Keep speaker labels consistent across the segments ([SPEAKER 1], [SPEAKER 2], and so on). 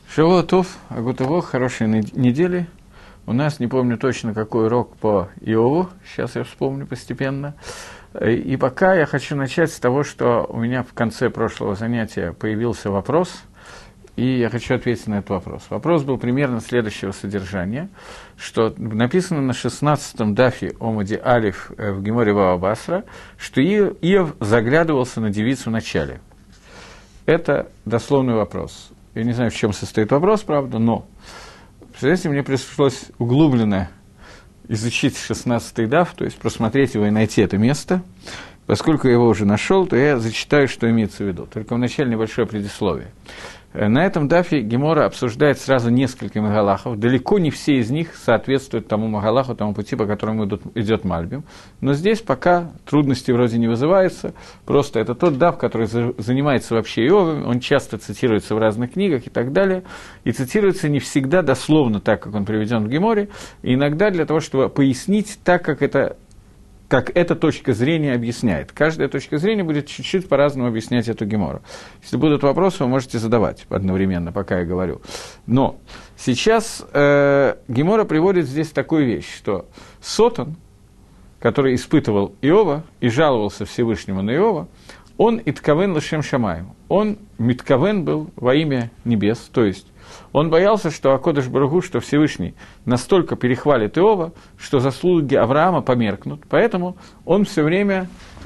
[SPEAKER 1] Шавуатов, Агутово, хорошей недели. У нас, не помню точно, какой урок по Иову, сейчас я вспомню постепенно. И пока я хочу начать с того, что у меня в конце прошлого занятия появился вопрос, и я хочу ответить на этот вопрос. Вопрос был примерно следующего содержания, что написано на 16-м дафе Омади Алиф в Геморе Вава Басра, что Иов заглядывался на девицу в начале. Это дословный вопрос. Я не знаю, в чем состоит вопрос, правда, но, представляете, мне пришлось углубленно изучить 16-й даф, то есть просмотреть его и найти это место. Поскольку я его уже нашел, то я зачитаю, что имеется в виду. Только вначале небольшое предисловие. На этом дафе Гемора обсуждает сразу несколько магалахов. Далеко не все из них соответствуют тому магалаху, тому пути, по которому идет Мальбим. Но здесь пока трудности вроде не вызываются. Просто это тот даф, который занимается вообще Иовом. Он часто цитируется в разных книгах и так далее. И цитируется не всегда дословно так, как он приведен в Геморе. И иногда для того, чтобы пояснить так, как эта точка зрения объясняет. Каждая точка зрения будет чуть-чуть по-разному объяснять эту гемору. Если будут вопросы, вы можете задавать одновременно, пока я говорю. Но сейчас гемора приводит здесь такую вещь, что Сотан, который испытывал Иова и жаловался Всевышнему на Иова, он иткавен лашем шамаем. Он миткавен был во имя небес, то есть он боялся, что Акодыш Барух, что Всевышний настолько перехвалит Иова, что заслуги Авраама померкнут. Поэтому он все время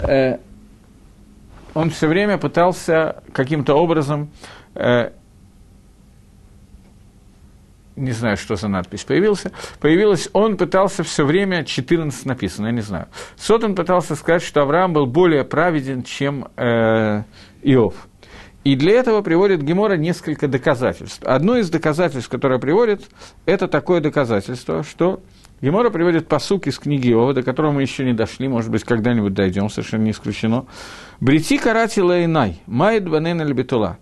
[SPEAKER 1] пытался каким-то образом, не знаю, что за надпись появилась, он пытался все время, 14 написано, я не знаю. Сотан пытался сказать, что Авраам был более праведен, чем Иов. И для этого приводит Гемора несколько доказательств. Одно из доказательств, которое приводит, это такое доказательство, что Гемора приводит пасук из книги Иова, до которого мы еще не дошли, может быть, когда-нибудь дойдем, совершенно не исключено. «Брити карати лаинай, майд банен аль битула».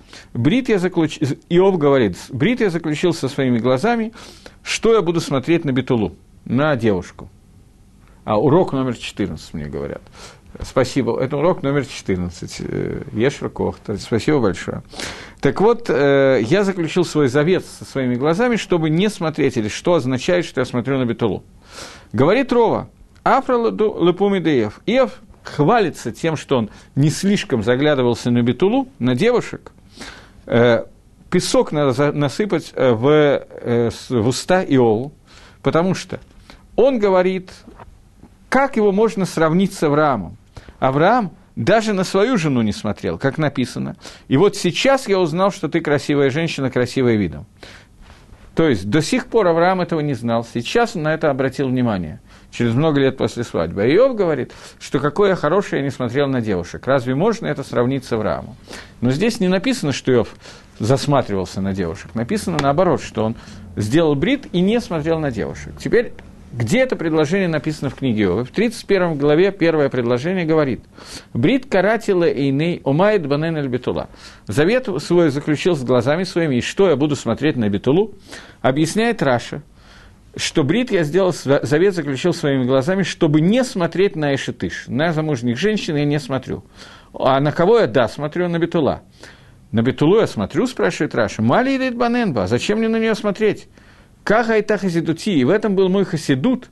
[SPEAKER 1] Иов говорит, «Брит я заключил со своими глазами, что я буду смотреть на битулу, на девушку». А урок номер 14, мне говорят. Спасибо. Это урок номер 14. Ешер Кохта. Спасибо большое. Так вот, я заключил свой завет со своими глазами, чтобы не смотреть, или что означает, что я смотрю на битулу. Говорит Рова, Афра лепумидеев. Иов хвалится тем, что он не слишком заглядывался на битулу, на девушек. Песок надо насыпать в уста Иову, потому что он говорит, как его можно сравнить с Авраамом. Авраам даже на свою жену не смотрел, как написано. И вот сейчас я узнал, что ты красивая женщина, красивая видом. То есть до сих пор Авраам этого не знал. Сейчас он на это обратил внимание, через много лет после свадьбы. А Иов говорит, что какое я хорошее, я не смотрел на девушек. Разве можно это сравнить с Авраамом? Но здесь не написано, что Иов засматривался на девушек. Написано наоборот, что он сделал брит и не смотрел на девушек. Теперь... Где это предложение написано в книге Иова? В 31 главе первое предложение говорит «Брит каратила эйней омайд банен эль битула». Завет свой заключил с глазами своими, и что я буду смотреть на битулу? Объясняет Раша, что брит я сделал, завет заключил своими глазами, чтобы не смотреть на эшетыш, на замужних женщин я не смотрю. А на кого я, да, смотрю? На битула. На битулу я смотрю, спрашивает Раша, «Мали идет баненба, зачем мне на нее смотреть?» Каха и та хасидути, и в этом был мой хасидут,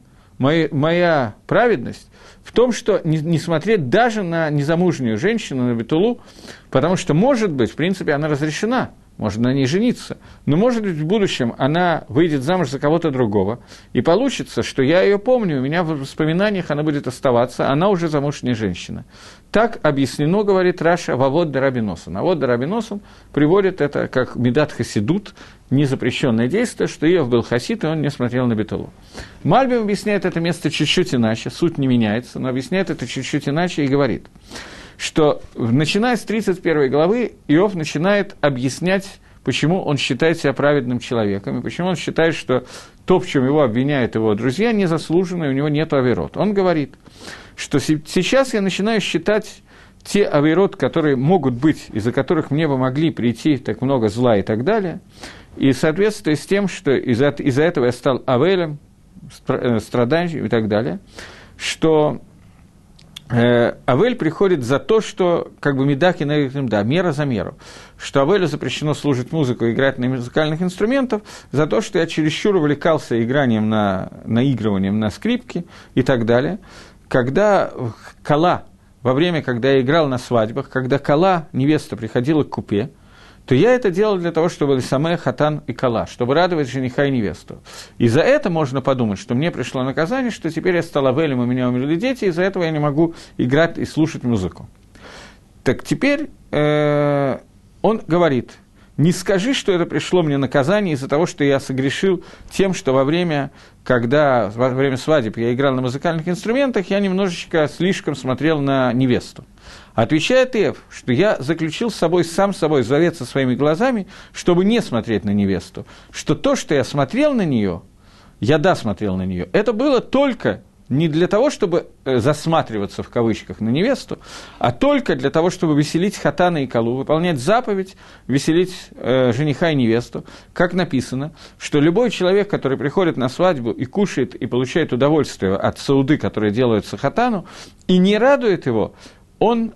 [SPEAKER 1] моя праведность, в том, что не смотреть даже на незамужнюю женщину, на битулу, потому что, может быть, в принципе, она разрешена, можно на ней жениться, но, может быть, в будущем она выйдет замуж за кого-то другого, и получится, что я ее помню, у меня в воспоминаниях она будет оставаться, она уже замужняя женщина. Так объяснено, говорит Раша, вавод да Раби Носон. А вот да Раби Носон приводит это как медат хасидут, незапрещенное действие, что Иов был хасид, и он не смотрел на битулу. Мальбим объясняет это место чуть-чуть иначе, суть не меняется, но объясняет это чуть-чуть иначе и говорит, что, начиная с 31 главы, Иов начинает объяснять, почему он считает себя праведным человеком, и почему он считает, что то, в чем его обвиняют его друзья, незаслуженно, и у него нет авейрот. Он говорит, что сейчас я начинаю считать те авейрот, которые могут быть, из-за которых мне бы могли прийти так много зла и так далее, и в соответствии с тем, что из-за этого я стал авелем, страданием и так далее, что Авель приходит за то, что как бы меда кинегет мида, мера за меру, что Авелю запрещено слушать музыку и играть на музыкальных инструментах за то, что я чересчур увлекался наигрыванием на скрипке и так далее. Когда кала, во время, когда я играл на свадьбах, когда кала, невеста, приходила к купе, то я это делал для того, чтобы лисамэ, хатан и кала, чтобы радовать жениха и невесту. И за это можно подумать, что мне пришло наказание, что теперь я стал авелем, у меня умерли дети, и из-за этого я не могу играть и слушать музыку. Так теперь он говорит, не скажи, что это пришло мне наказание из-за того, что я согрешил тем, что во время свадеб я играл на музыкальных инструментах, я немножечко слишком смотрел на невесту. Отвечает Иов, что я заключил сам собой завет со своими глазами, чтобы не смотреть на невесту, что то, что я смотрел на нее, я смотрел на нее, это было только не для того, чтобы засматриваться, в кавычках, на невесту, а только для того, чтобы веселить хатана и калу, выполнять заповедь, веселить жениха и невесту. Как написано, что любой человек, который приходит на свадьбу и кушает, и получает удовольствие от сауды, которые делаются хатану, и не радует его, он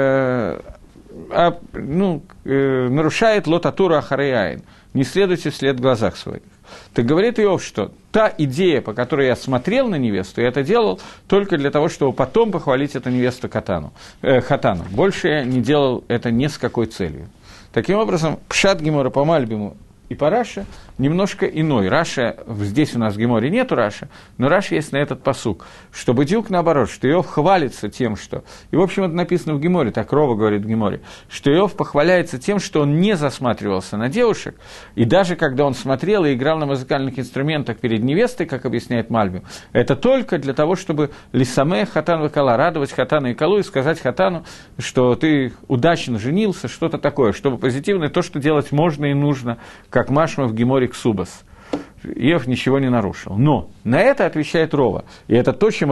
[SPEAKER 1] нарушает лотатуру ахарейн, не следуйте вслед в глазах своих. Так говорит Иов, что та идея, по которой я смотрел на невесту, я это делал только для того, чтобы потом похвалить эту невесту хатану. Больше я не делал это ни с какой целью. Таким образом, пшат гемора по Мальбиму и по Раше немножко иной. Раша, здесь у нас в Геморе нету Раши, но Раша есть на этот пасук, что бдюк наоборот, что Иов хвалится тем, что... И, в общем, это написано в Геморе, так Рова говорит в Геморе, что Иов похваляется тем, что он не засматривался на девушек, и даже когда он смотрел и играл на музыкальных инструментах перед невестой, как объясняет Мальбим, это только для того, чтобы лисаме хатан вакала, радовать хатана и калу и сказать хатану, что ты удачно женился, что-то такое, чтобы позитивное, то, что делать можно и нужно, как Машма в Геморе Ксубас. Иов ничего не нарушил. Но на это отвечает Рова. И это то, чем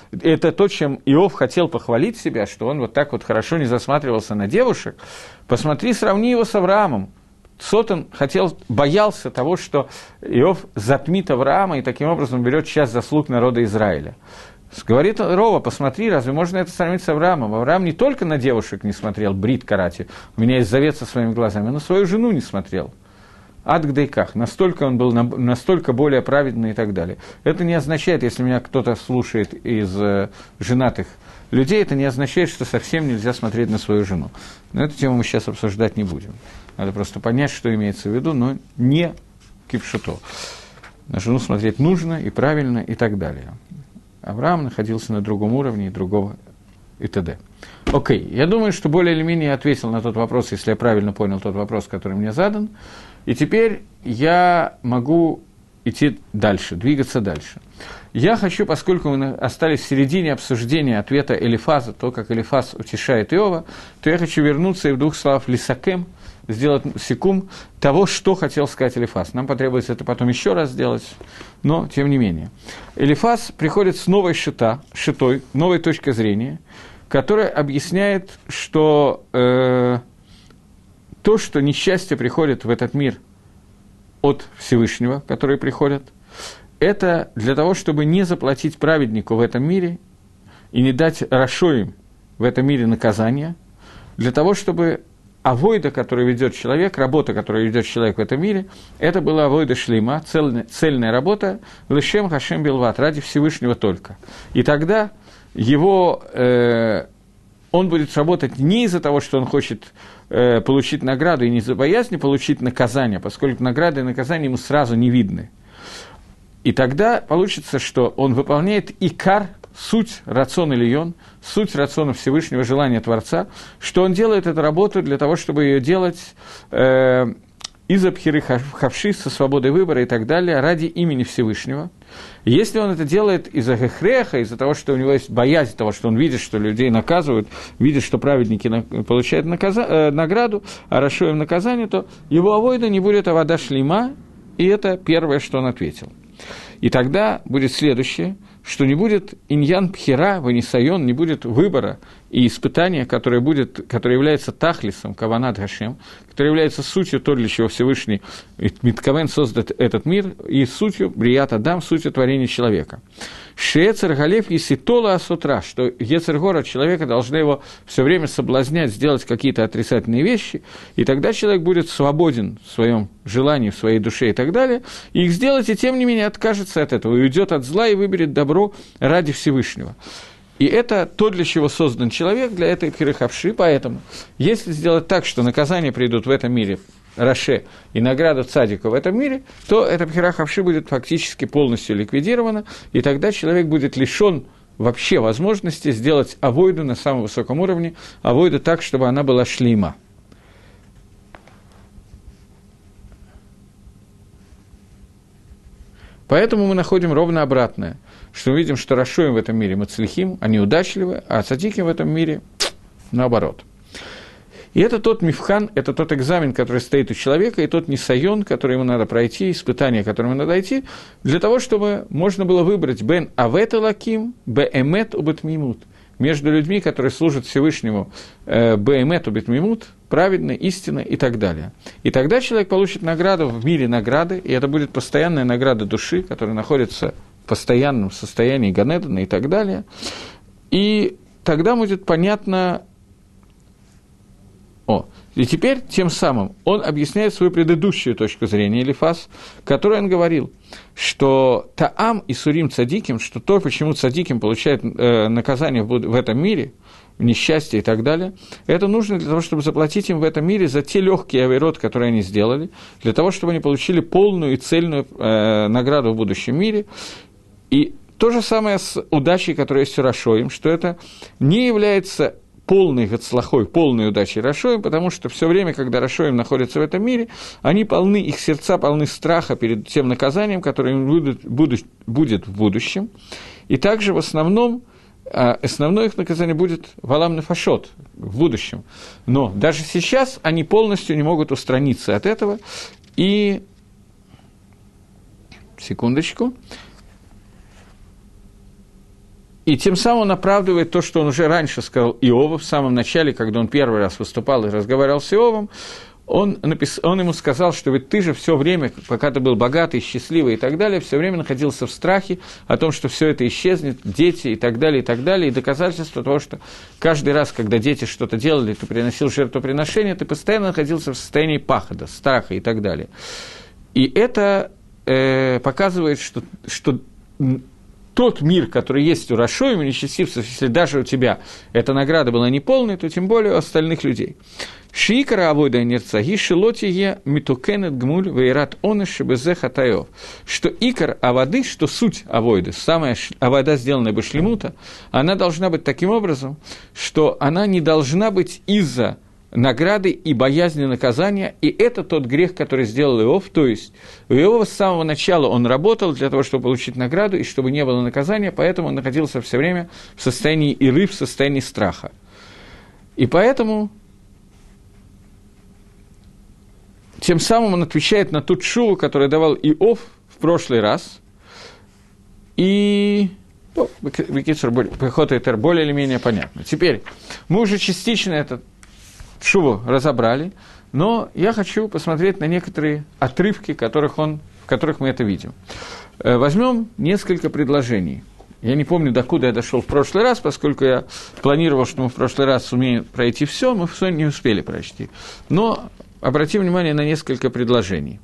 [SPEAKER 1] Иов хотел похвалить себя, что он вот так вот хорошо не засматривался на девушек. Посмотри, сравни его с Авраамом. Сотан боялся того, что Иов затмит Авраама и таким образом берет часть заслуг народа Израиля. Говорит Рова, посмотри, разве можно это сравнить с Авраамом? Авраам не только на девушек не смотрел, брит карати, у меня есть завет со своими глазами, он на свою жену не смотрел. Ад к дейках, настолько он был настолько более праведный и так далее. Это не означает, если меня кто-то слушает из женатых людей, это не означает, что совсем нельзя смотреть на свою жену. Но эту тему мы сейчас обсуждать не будем. Надо просто понять, что имеется в виду, но не кипшуто. На жену смотреть нужно и правильно и так далее. Авраам находился на другом уровне и другого и т.д. Окей, я думаю, что более или менее ответил на тот вопрос, если я правильно понял тот вопрос, который мне задан. И теперь я могу идти дальше, двигаться дальше. Я хочу, поскольку мы остались в середине обсуждения ответа Элифаза, то, как Элифаз утешает Иова, то я хочу вернуться и в двух словах лисакем, сделать секум того, что хотел сказать Элифаз. Нам потребуется это потом еще раз сделать, но тем не менее. Элифаз приходит с новой шитой, новой точкой зрения, которая объясняет, что то, что несчастье приходит в этот мир от Всевышнего, которые приходят, это для того, чтобы не заплатить праведнику в этом мире и не дать рашоим в этом мире наказания, для того, чтобы авойда, которую ведет человек, работа, которую ведет человек в этом мире, это была авойда шлейма, цельная работа, лешем хашем билват, ради Всевышнего только. И тогда он будет работать не из-за того, что он хочет получить награду, и не из-за боязни получить наказание, поскольку награды и наказания ему сразу не видны. И тогда получится, что он выполняет икар, суть рацион Ильон, суть рациона Всевышнего, желания Творца, что он делает эту работу для того, чтобы ее делать из-за пхиры хавши, со свободой выбора и так далее, ради имени Всевышнего. Если он это делает из-за гехреха, из-за того, что у него есть боязнь того, что он видит, что людей наказывают, видит, что праведники получают награду, а рашоим наказание, то его авойда не будет авода шлейма, и это первое, что он ответил. И тогда будет следующее, что не будет иньян пхира, ванисайон, не будет выбора и испытание, которое является тахлисом, каванат Гашем, которое является сутью то, для чего Всевышний Митковен создает этот мир, и сутью Брият Адам, сутью творения человека. Шеецер Галев Еситола Асутра, что Ецер Гора человека должны его все время соблазнять, сделать какие-то отрицательные вещи, и тогда человек будет свободен в своем желании, в своей душе и так далее, и их сделать, и тем не менее откажется от этого, и уйдет от зла, и выберет добро ради Всевышнего. И это то, для чего создан человек, для этой пхирахавши. Поэтому, если сделать так, что наказания придут в этом мире, Раше, и награда цадика в этом мире, то эта пхирахавши будет фактически полностью ликвидирована, и тогда человек будет лишен вообще возможности сделать авойду на самом высоком уровне, авойду так, чтобы она была шлейма. Поэтому мы находим ровно обратное, что мы видим, что рашоим в этом мире мацлихим, они удачливы, а цадиким в этом мире наоборот. И это тот мифхан, это тот экзамен, который стоит у человека, и тот нисайон, который ему надо пройти, испытание, которое ему надо пройти, для того, чтобы можно было выбрать бен авет лаким, беэмет убетмимут, между людьми, которые служат Всевышнему, беэмет убетмимут, праведно, истинно и так далее. И тогда человек получит награду в мире награды, и это будет постоянная награда души, которая находится в постоянном состоянии Ганедана и так далее. И тогда будет понятно... И теперь, тем самым, он объясняет свою предыдущую точку зрения, Элифаз, которой он говорил, что Таам и Сурим цадиким, что то, почему цадиким получает наказание в этом мире, несчастье и так далее, это нужно для того, чтобы заплатить им в этом мире за те легкие авейрот, которые они сделали, для того, чтобы они получили полную и цельную награду в будущем мире. И то же самое с удачей, которая есть у Рашоим, что это не является полной гацлахой, полной удачей Рашоим, потому что все время, когда Рашоим находятся в этом мире, они полны, их сердца полны страха перед тем наказанием, которое им будет в будущем. И также в основном, основное их наказание будет валам нефашот в будущем. Но даже сейчас они полностью не могут устраниться от этого. И, секундочку, и тем самым он оправдывает то, что он уже раньше сказал Иову, в самом начале, когда он первый раз выступал и разговаривал с Иовом, он ему сказал, что ведь ты же все время, пока ты был богатый, счастливый и так далее, все время находился в страхе о том, что все это исчезнет, дети и так далее, и доказательство того, что каждый раз, когда дети что-то делали, ты приносил жертвоприношение, ты постоянно находился в состоянии пахота, страха и так далее. И это показывает, что тот мир, который есть у Рашоим и нечестивцев, если даже у тебя эта награда была неполной, то тем более у остальных людей. Шиикара авойда нерцаги шелотие митукенет гмуль вейрат онеш безе хатаев. Что икар аводы, что суть авойды, самая авода, сделанная башлемута, она должна быть таким образом, что она не должна быть из-за награды и боязни наказания, и это тот грех, который сделал Иов, то есть у Иова с самого начала он работал для того, чтобы получить награду, и чтобы не было наказания, поэтому он находился все время в состоянии иры, в состоянии страха. И поэтому тем самым он отвечает на ту тшуву, которую давал Иов в прошлый раз, и это более или менее понятно. Теперь, мы уже частично этот тшуву разобрали, но я хочу посмотреть на некоторые отрывки, в которых мы это видим. Возьмем несколько предложений. Я не помню, докуда я дошел в прошлый раз, поскольку я планировал, что мы в прошлый раз сумеем пройти все, мы все не успели прочти. Но обратим внимание на несколько предложений.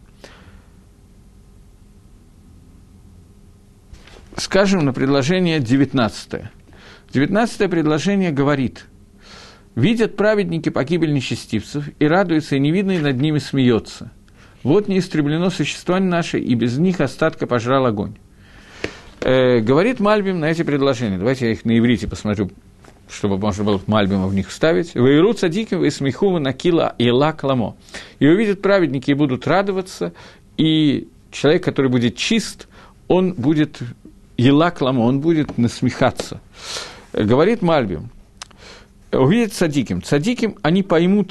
[SPEAKER 1] Скажем, на предложение 19. 19 предложение говорит: «Видят праведники погибель нечестивцев, и радуются, и невидный над ними смеется. Вот не истреблено существование наше, и без них остатка пожрал огонь». Говорит Мальбим на эти предложения. Давайте я их на иврите посмотрю, чтобы можно было Мальбима в них вставить. «Ваиру цадиким, ваисмихува накила ила кламо». «И увидят праведники, и будут радоваться, и человек, который будет чист, он будет ила кламо, он будет насмехаться». Говорит Мальбим: увидят цадиким. Цадиким, они поймут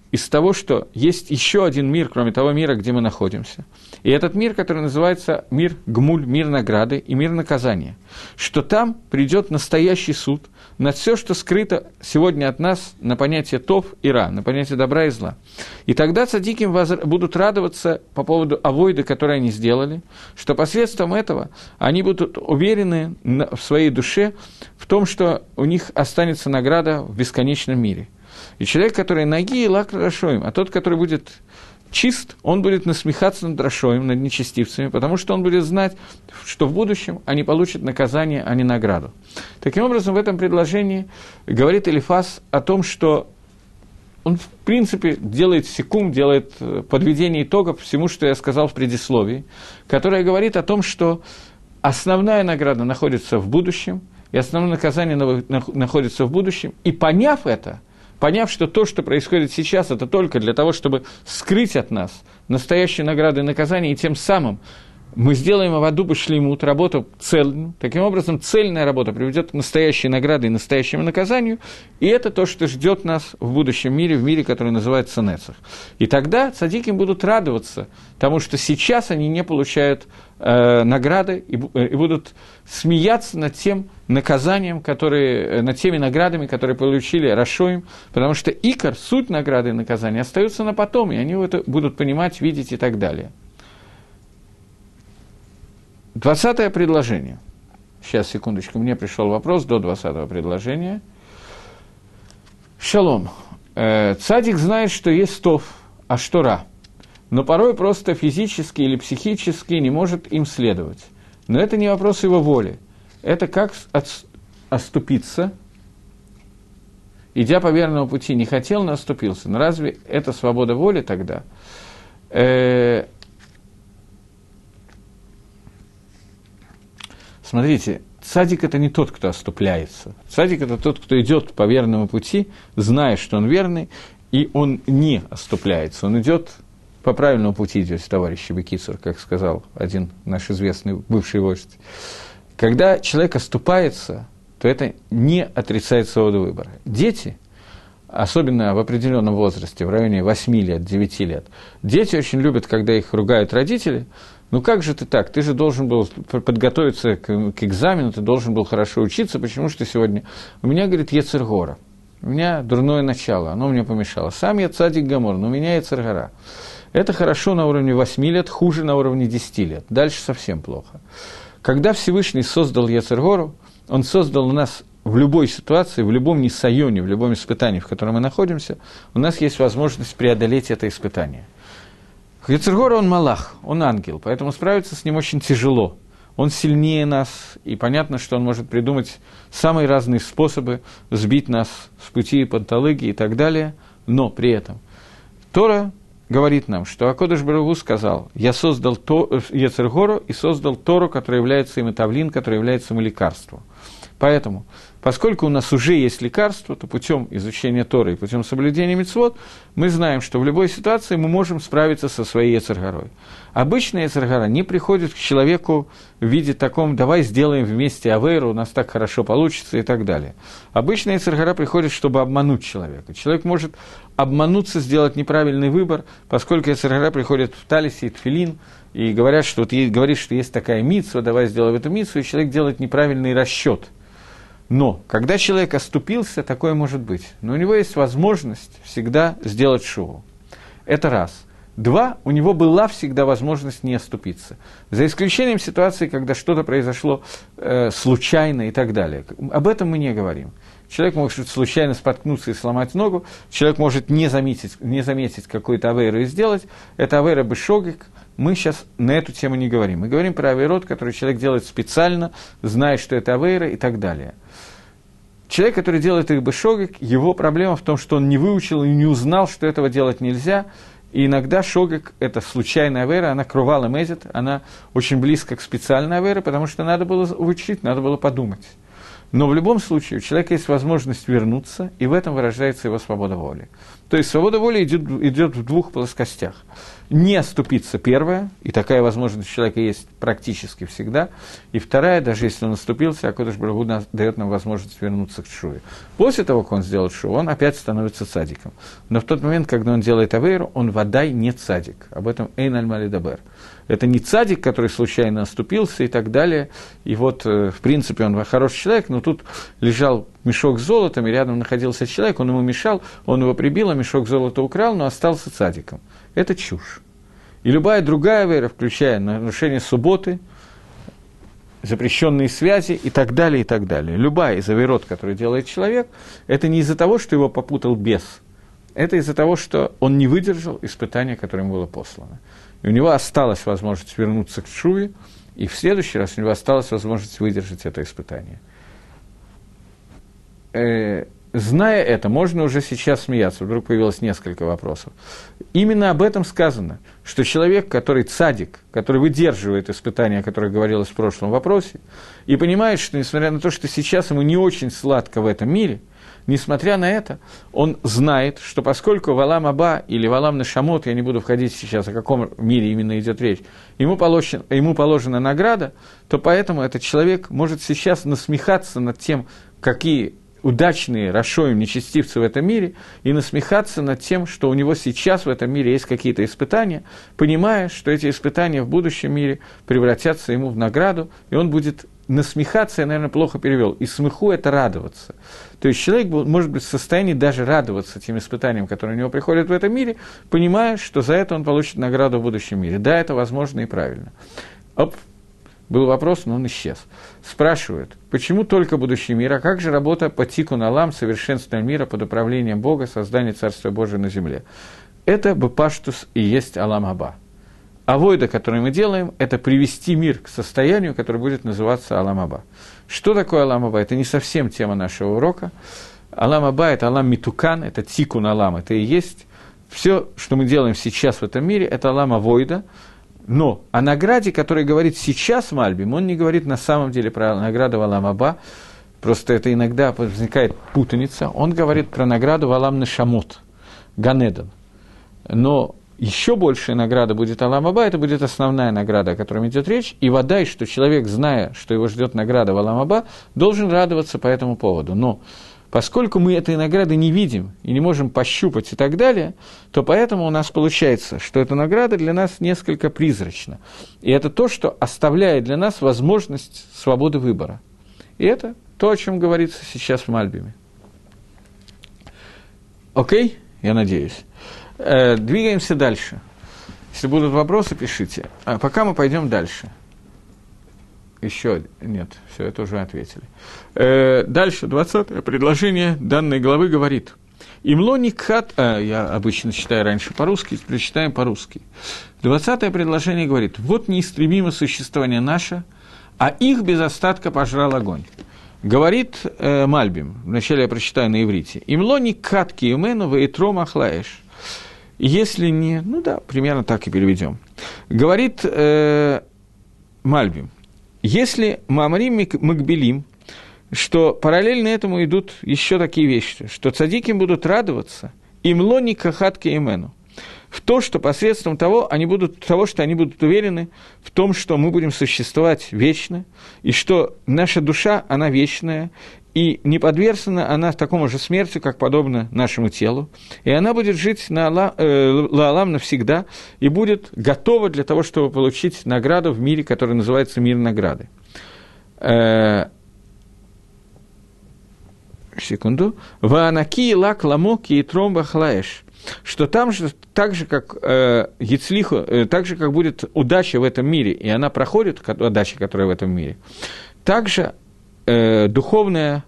[SPEAKER 1] из того, что есть еще один мир, кроме того мира, где мы находимся. И этот мир, который называется мир Гмуль, мир награды и мир наказания. Что там придет настоящий суд над все, что скрыто сегодня от нас на понятие тов и ра, на понятие добра и зла. И тогда цадики будут радоваться по поводу авойды, которые они сделали, что посредством этого они будут уверены в своей душе в том, что у них останется награда в бесконечном мире. И человек, который наги, лак рашоим, а тот, который будет чист, он будет насмехаться над рашоим, над нечестивцами, потому что он будет знать, что в будущем они получат наказание, а не награду. Таким образом, в этом предложении говорит Элифаз о том, что он, в принципе, делает секунд, делает подведение итогов всему, что я сказал в предисловии, которое говорит о том, что основная награда находится в будущем, и основное наказание находится в будущем, и поняв это, поняв, что то, что происходит сейчас, это только для того, чтобы скрыть от нас настоящие награды и наказания, и тем самым мы сделаем аваду башлимут, работу цельную. Таким образом, цельная работа приведет к настоящей награде и настоящему наказанию, и это то, что ждет нас в будущем мире, в мире, который называется Нецах. И тогда цадики будут радоваться тому, что сейчас они не получают награды и будут смеяться над тем наказанием, над теми наградами, которые получили рашоим, потому что икор, суть награды и наказания остаются на потом, и они это будут понимать, видеть и так далее. 20-е предложение. Сейчас, секундочку, мне пришел вопрос до 20-го предложения. Шалом. Цадик знает, что есть тов, а что ра, но порой просто физически или психически не может им следовать. Но это не вопрос его воли. Это как оступиться, идя по верному пути, не хотел, но оступился. Но разве это свобода воли тогда? Смотрите, цадик – это не тот, кто оступляется. Цадик – это тот, кто идет по верному пути, зная, что он верный, и он не оступляется. Он идет по правильному пути, идет, товарищи Бекицур, как сказал один наш известный бывший вождь. Когда человек оступается, то это не отрицает свободу выбора. Дети, особенно в определенном возрасте, в районе 8 лет, 9 лет, дети очень любят, когда их ругают родители. Ну как же ты так? Ты же должен был подготовиться к экзамену, ты должен был хорошо учиться, почему же ты сегодня... У меня, говорит, Йецер Гора, у меня дурное начало, оно мне помешало. Сам я цадик гамор, но у меня Йецер Гора. Это хорошо на уровне 8 лет, хуже на уровне 10 лет. Дальше совсем плохо. Когда Всевышний создал Йецер Гору, он создал у нас в любой ситуации, в любом нисайоне, в любом испытании, в котором мы находимся, у нас есть возможность преодолеть это испытание. Йецер Гора, он малах, он ангел, поэтому справиться с ним очень тяжело. Он сильнее нас, и понятно, что он может придумать самые разные способы сбить нас с пути панталыги и так далее, но при этом Тора говорит нам, что Акодыш Барух Ху сказал: «Я создал Йецер Гору и создал Тору, которая является им тавлин, которая является им лекарством». Поэтому, поскольку у нас уже есть лекарство, то путем изучения Торы и путем соблюдения мицвот мы знаем, что в любой ситуации мы можем справиться со своей Йецер Горой. Обычно Йецер Гора не приходит к человеку в виде таком: «давай сделаем вместе авейру, у нас так хорошо получится» и так далее. Обычно Йецер Гора приходит, чтобы обмануть человека. Человек может обмануться, сделать неправильный выбор, поскольку Йецер Гора приходит в талисе и тфилин, и говорит, что есть такая мицва, давай сделаем эту мицву, и человек делает неправильный расчет. Но, когда человек оступился, такое может быть. Но у него есть возможность всегда сделать шоу. Это раз. Два, у него была всегда возможность не оступиться. За исключением ситуации, когда что-то произошло случайно и так далее. Об этом мы не говорим. Человек может случайно споткнуться и сломать ногу, человек может не заметить какую-то авейру и сделать. Это авейра бешогик. Мы сейчас на эту тему не говорим. Мы говорим про авейрот, который человек делает специально, зная, что это авейра и так далее. Человек, который делает их бешогик, его проблема в том, что он не выучил и не узнал, что этого делать нельзя. И иногда шогик – это случайная авейра, она крувала мезет, она очень близко к специальной авейре, потому что надо было учить, надо было подумать. Но в любом случае у человека есть возможность вернуться, и в этом выражается его свобода воли. То есть свобода воли идет в двух плоскостях. Не оступиться первое, и такая возможность у человека есть практически всегда, и вторая, даже если он оступился, АКодеш Барух Ху дает нам возможность вернуться к тшуве. После того, как он сделал тшуву, он опять становится цадиком. Но в тот момент, когда он делает авейру, он вадай не цадик. Об этом эйн аль ма ледабер. Это не цадик, который случайно оступился и так далее. И вот, в принципе, он хороший человек, но тут лежал мешок с золотом, и рядом находился человек, он ему мешал, он его прибил, а мешок золота украл, но остался цадиком. Это чушь. И любая другая вера, включая нарушение субботы, запрещенные связи и так далее, и так далее. Любая из авейрот, которую делает человек, это не из-за того, что его попутал бес, это из-за того, что он не выдержал испытания, которое ему было послано. И у него осталась возможность вернуться к тшуве, и в следующий раз у него осталась возможность выдержать это испытание. Зная это, можно уже сейчас смеяться, вдруг появилось несколько вопросов. Именно об этом сказано, что человек, который цадик, который выдерживает испытания, о которых говорилось в прошлом вопросе, и понимает, что несмотря на то, что сейчас ему не очень сладко в этом мире, несмотря на это, он знает, что поскольку в Алам Аба или в Алам Нешамот, я не буду входить сейчас, о каком мире именно идет речь, ему положена награда, то поэтому этот человек может сейчас насмехаться над тем, какие удачные рашоим нечестивцы в этом мире, и насмехаться над тем, что у него сейчас в этом мире есть какие-то испытания, понимая, что эти испытания в будущем мире превратятся ему в награду, и он будет насмехаться, я, наверное, плохо перевел, и смеху – это радоваться. То есть человек может быть в состоянии даже радоваться тем испытаниям, которые у него приходят в этом мире, понимая, что за это он получит награду в будущем мире. Да, это возможно и правильно. Был вопрос, но он исчез. Спрашивают, почему только будущий мир, а как же работа по тикун алам, совершенствование мира под управлением Бога, создание Царства Божия на земле? Это бепаштус и есть Алам Аба. Авойда, который мы делаем, это привести мир к состоянию, которое будет называться Алам Аба. Что такое Алам Аба? Это не совсем тема нашего урока. Алам Аба – это Алам Митукан, это тикун алам, это и есть. Все, что мы делаем сейчас в этом мире, это Алам Авойда. Но о награде, которой говорит сейчас Мальбим, он не говорит на самом деле про награду в Алам Аба, просто это иногда возникает путаница. Он говорит про награду в Алам Нешамот, Ганедон. Но еще большая награда будет Алам Аба, это будет основная награда, о которой идет речь, и вода, что человек, зная, что его ждет награда в Алам Аба, должен радоваться по этому поводу. Но поскольку мы этой награды не видим и не можем пощупать и так далее, то поэтому у нас получается, что эта награда для нас несколько призрачна. И это то, что оставляет для нас возможность свободы выбора. И это то, о чем говорится сейчас в Мальбиме. Окей? Я надеюсь. Двигаемся дальше. Если будут вопросы, пишите. А пока мы пойдем дальше. Еще нет, все, это уже ответили. Дальше, 20-е предложение данной главы говорит. Имло никхат... я обычно читаю раньше по-русски, прочитаем по-русски. 20-е предложение говорит. Вот неистребимо существование наше, а их без остатка пожрал огонь. Говорит Мальбим, вначале я прочитаю на иврите. Имло никхат киюмену ваитро махлаеш. Если не... Ну да, примерно так и переведем. Говорит Мальбим. Если Мамрим Макбелим, что параллельно этому идут еще такие вещи, что цадики будут радоваться, имло никахат киемену, в то, что посредством того, что они будут уверены в том, что мы будем существовать вечно, и что наша душа, она вечная, и не подвержена она такому же смерти, как подобно нашему телу, и она будет жить лаалам навсегда, и будет готова для того, чтобы получить награду в мире, который называется мир награды. Секунду. «Ваанаки лак ламоки и тромба хлаеш», что там же, так же, как Яцлиху, так же, как будет удача в этом мире, и она проходит, удача, которая в этом мире, также духовность,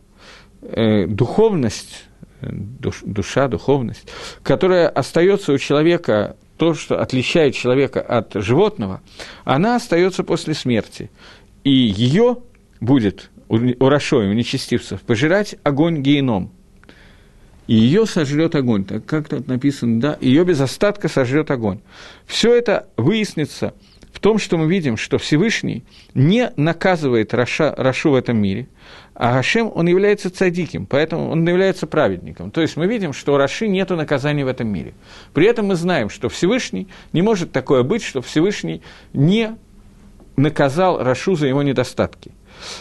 [SPEAKER 1] душа, духовность, которая остается у человека, то, что отличает человека от животного, она остается после смерти. И ее будет у рашоим, у нечестивцев, пожирать огонь гееном. И ее сожрет огонь, так как тут написано, да, ее без остатка сожрет огонь. Все это выяснится в в том, что мы видим, что Всевышний не наказывает Рашу в этом мире, а Гашем, он является цадиким, поэтому он является праведником. То есть мы видим, что у Раши нет наказания в этом мире. При этом мы знаем, что Всевышний, не может такое быть, что Всевышний не наказал Рашу за его недостатки,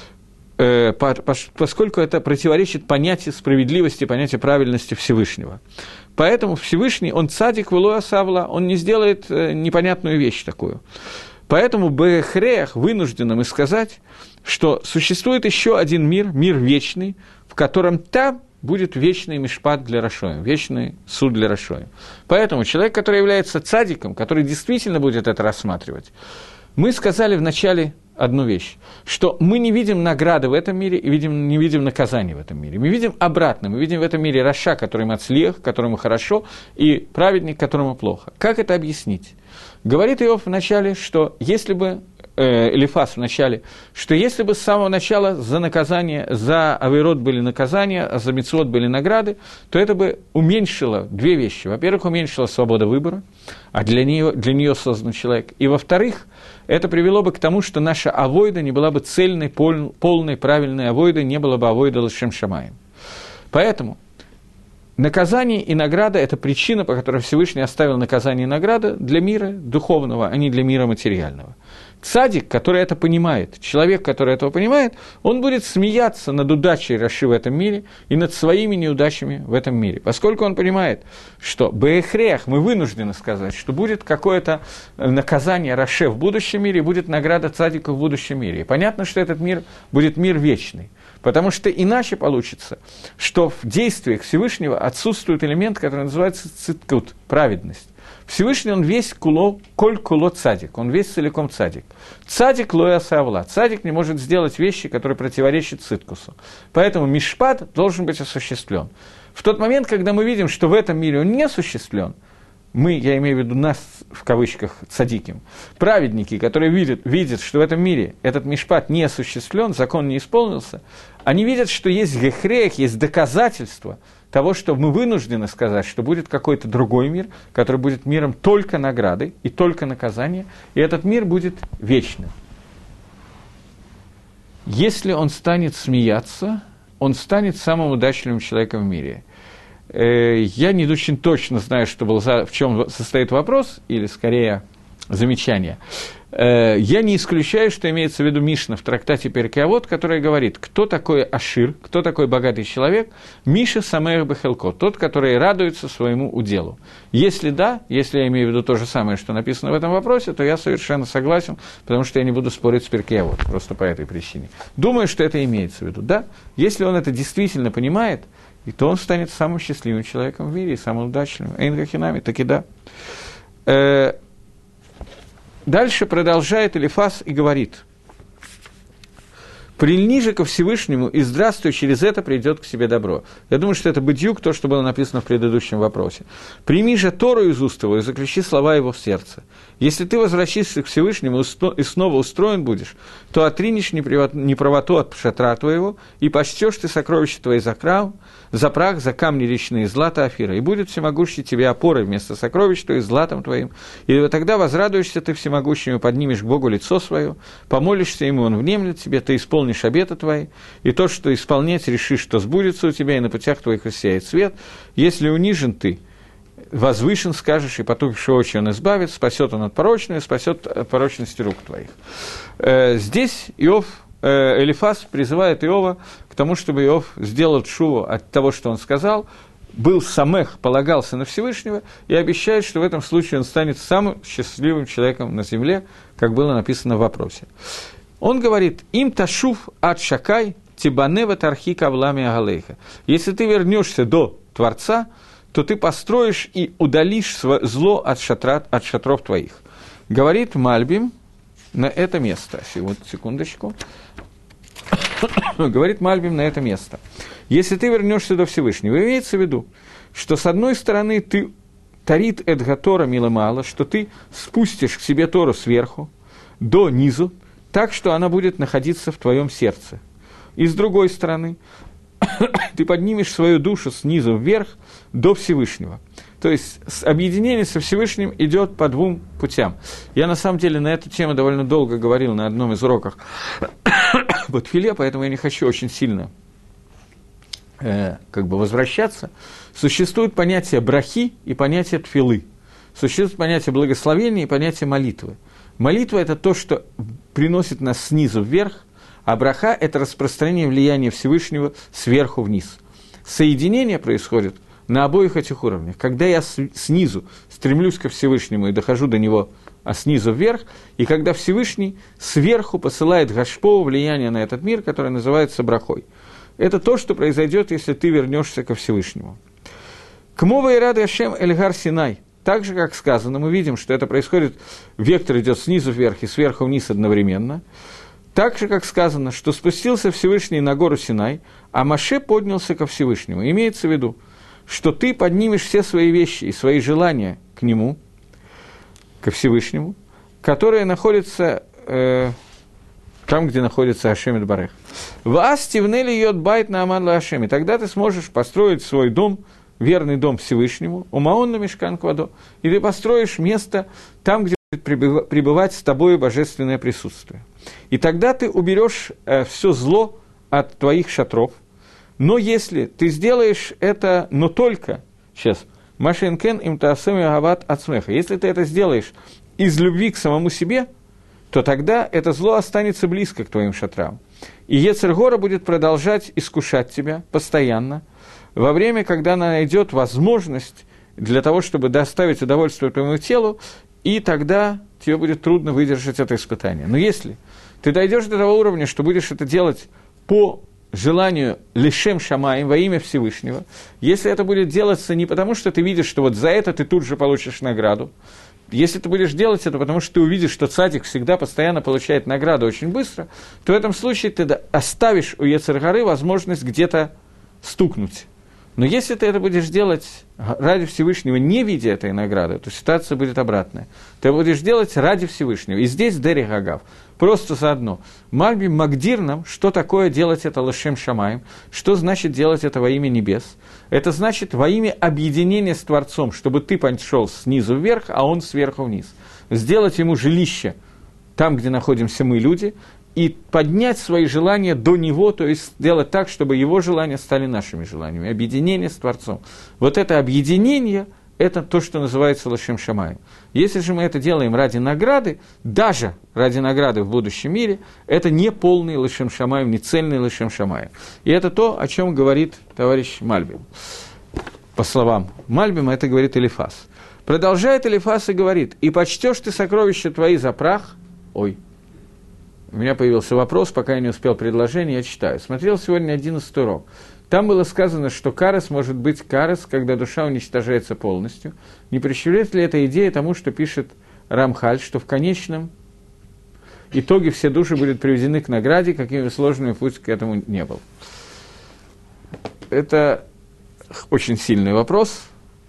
[SPEAKER 1] поскольку это противоречит понятию справедливости, понятию правильности Всевышнего. Поэтому Всевышний, он цадик вэлоа савла, он не сделает непонятную вещь такую. Поэтому бэхреях вынуждены мы сказать, что существует еще один мир, мир вечный, в котором там будет вечный мишпат для Рашоим, вечный суд для Рашоим. Поэтому человек, который является цадиком, который действительно будет это рассматривать, мы сказали вначале одну вещь, что мы не видим награды в этом мире и не видим наказания в этом мире. Мы видим обратно, мы видим в этом мире Раша, который мацлиях, которому хорошо, и праведник, которому плохо. Как это объяснить? Говорит Иов вначале, что если бы, Элифаз вначале, что если бы с самого начала за наказание, за авейрот были наказания, а за мицвот были награды, то это бы уменьшило две вещи. Во-первых, уменьшила свобода выбора, а для нее создан человек. И во-вторых, это привело бы к тому, что наша авойда не была бы цельной, полной, правильной авойдой, не было бы авойда лешем шамаем. Поэтому наказание и награда – это причина, по которой Всевышний оставил наказание и награды для мира духовного, а не для мира материального. Цадик, который это понимает, человек, который этого понимает, он будет смеяться над удачей Раши в этом мире и над своими неудачами в этом мире. Поскольку он понимает, что бэхреях, мы вынуждены сказать, что будет какое-то наказание Раши в будущем мире, и будет награда цадика в будущем мире. И понятно, что этот мир будет мир вечный. Потому что иначе получится, что в действиях Всевышнего отсутствует элемент, который называется циткут, праведность. Всевышний, он весь коль куло цадик, он весь целиком цадик. Цадик лоя савла, цадик не может сделать вещи, которые противоречат циткусу. Поэтому мишпат должен быть осуществлен. В тот момент, когда мы видим, что в этом мире он не осуществлен, мы, я имею в виду нас, в кавычках, цадиким, праведники, которые видят, что в этом мире этот мишпат не осуществлен, закон не исполнился, они видят, что есть гехрех, есть доказательства того, что мы вынуждены сказать, что будет какой-то другой мир, который будет миром только награды и только наказания, и этот мир будет вечным. Если он станет смеяться, он станет самым удачливым человеком в мире. Я не очень точно знаю, в чем состоит вопрос, или скорее замечание. Я не исключаю, что имеется в виду Мишна в трактате Перкей Авот, которая говорит, кто такой Ашир, кто такой богатый человек, Миша Самех Бехелко, тот, который радуется своему уделу. Если да, если я имею в виду то же самое, что написано в этом вопросе, то я совершенно согласен, потому что я не буду спорить с Перкей Авот, просто по этой причине. Думаю, что это имеется в виду, да. Если он это действительно понимает, и то он станет самым счастливым человеком в мире и самым удачливым. Эйн-Хахинами, так и да. Дальше продолжает Элифаз и говорит: «Прильни же ко Всевышнему, и здравствуй, через это придет к себе добро». Я думаю, что это бедюк, то, что было написано в предыдущем вопросе. «Прими же Тору из уст его и заключи слова его в сердце. Если ты возвратишься к Всевышнему и снова устроен будешь, то отринешь неправоту от шатра твоего, и почтешь ты сокровища твои за прах, за камни речные, злато Афира, и будет всемогущий тебе опорой вместо сокровищ твоих, златом твоим. И тогда возрадуешься ты всемогущему, поднимешь к Богу лицо свое, помолишься ему, он внемлет тебе, ты исполнишь обеты твои, и то, что исполнять решишь, что сбудется у тебя, и на путях твоих воссияет свет. Если унижен ты, возвышен, скажешь, и потупившие очи он избавит, спасет он от порочного, спасет от порочности рук твоих». Здесь Элифаз призывает Иова к тому, чтобы Иов сделал тшуву от того, что он сказал, был самех, полагался на Всевышнего, и обещает, что в этом случае он станет самым счастливым человеком на земле, как было написано в вопросе. Он говорит: «Им ташув ад шакай тибанева тархи кавлами агалейха». Если ты вернешься до Творца, то ты построишь и удалишь зло от шатров твоих. Говорит Мальбим на это место. Секундочку. Говорит Мальбим на это место. Если ты вернешься до Всевышнего, имеется в виду, что с одной стороны ты тарит эдгатора миломала, что ты спустишь к себе Тору сверху, до низу, так, что она будет находиться в твоем сердце. И с другой стороны, ты поднимешь свою душу снизу вверх до Всевышнего, То есть объединение со Всевышним идет по двум путям. Я на самом деле на эту тему довольно долго говорил на одном из уроков по тфиле, поэтому я не хочу очень сильно возвращаться. Существует понятие брахи и понятие тфилы. Существует понятие благословения и понятие молитвы. Молитва – это то, что приносит нас снизу вверх, а браха – это распространение влияния Всевышнего сверху вниз. Соединение происходит на обоих этих уровнях. Когда я снизу стремлюсь ко Всевышнему и дохожу до него, а снизу вверх, и когда Всевышний сверху посылает гашпо, влияние на этот мир, которое называется брахой. Это то, что произойдет, если ты вернешься ко Всевышнему. Кмова и рады Ашем Эльгар Синай. Так же, как сказано, мы видим, что это происходит, вектор идет снизу вверх и сверху вниз одновременно. Так же, как сказано, что спустился Всевышний на гору Синай, а Моше поднялся ко Всевышнему. Имеется в виду, что ты поднимешь все свои вещи и свои желания к нему, ко Всевышнему, которые находятся там, где находится Ашем Эдбарех. «Ваас тивнели йод байт на аман ла Ашем». И тогда ты сможешь построить свой дом, верный дом Всевышнему, умаон на мешкан квадо, и ты построишь место там, где будет пребывать с тобой божественное присутствие. И тогда ты уберешь все зло от твоих шатров. Но если ты сделаешь это, но только, сейчас, машинкен им таасем гават от смеха, если ты это сделаешь из любви к самому себе, то тогда это зло останется близко к твоим шатрам. И Йецер Гора будет продолжать искушать тебя постоянно, во время, когда она найдет возможность для того, чтобы доставить удовольствие твоему телу, и тогда тебе будет трудно выдержать это испытание. Но если ты дойдешь до того уровня, что будешь это делать по желанию лишем шамаим, во имя Всевышнего, если это будет делаться не потому, что ты видишь, что вот за это ты тут же получишь награду, если ты будешь делать это, потому что ты увидишь, что цадик всегда постоянно получает награду очень быстро, то в этом случае ты оставишь у Йецер Горы возможность где-то стукнуть. Но если ты это будешь делать ради Всевышнего, не видя этой награды, то ситуация будет обратная. Ты будешь делать ради Всевышнего. И здесь Дери Гагав. Просто заодно. Мальби Магдир нам, что такое делать это Лашем Шамаем, что значит делать это во имя небес. Это значит во имя объединения с Творцом, чтобы ты пошел снизу вверх, а он сверху вниз. Сделать ему жилище там, где находимся мы, люди, и поднять свои желания до него, то есть сделать так, чтобы его желания стали нашими желаниями. Объединение с Творцом. Вот это объединение – это то, что называется Лашем Шамаем. Если же мы это делаем ради награды, даже ради награды в будущем мире, это не полный Лашем Шамаем, не цельный Лашем Шамаем. И это то, о чем говорит товарищ Мальбим. По словам Мальбима, это говорит Элифаз. Продолжает Элифаз и говорит: «И почтешь ты сокровища твои за прах». Ой, у меня появился вопрос, пока я не успел предложение, я читаю. Смотрел сегодня 11 урок. Там было сказано, что карес может быть карес, когда душа уничтожается полностью. Не прищуряет ли эта идея тому, что пишет Рамхаль, что в конечном итоге все души будут приведены к награде, каким бы сложным путь к этому не был? Это очень сильный вопрос.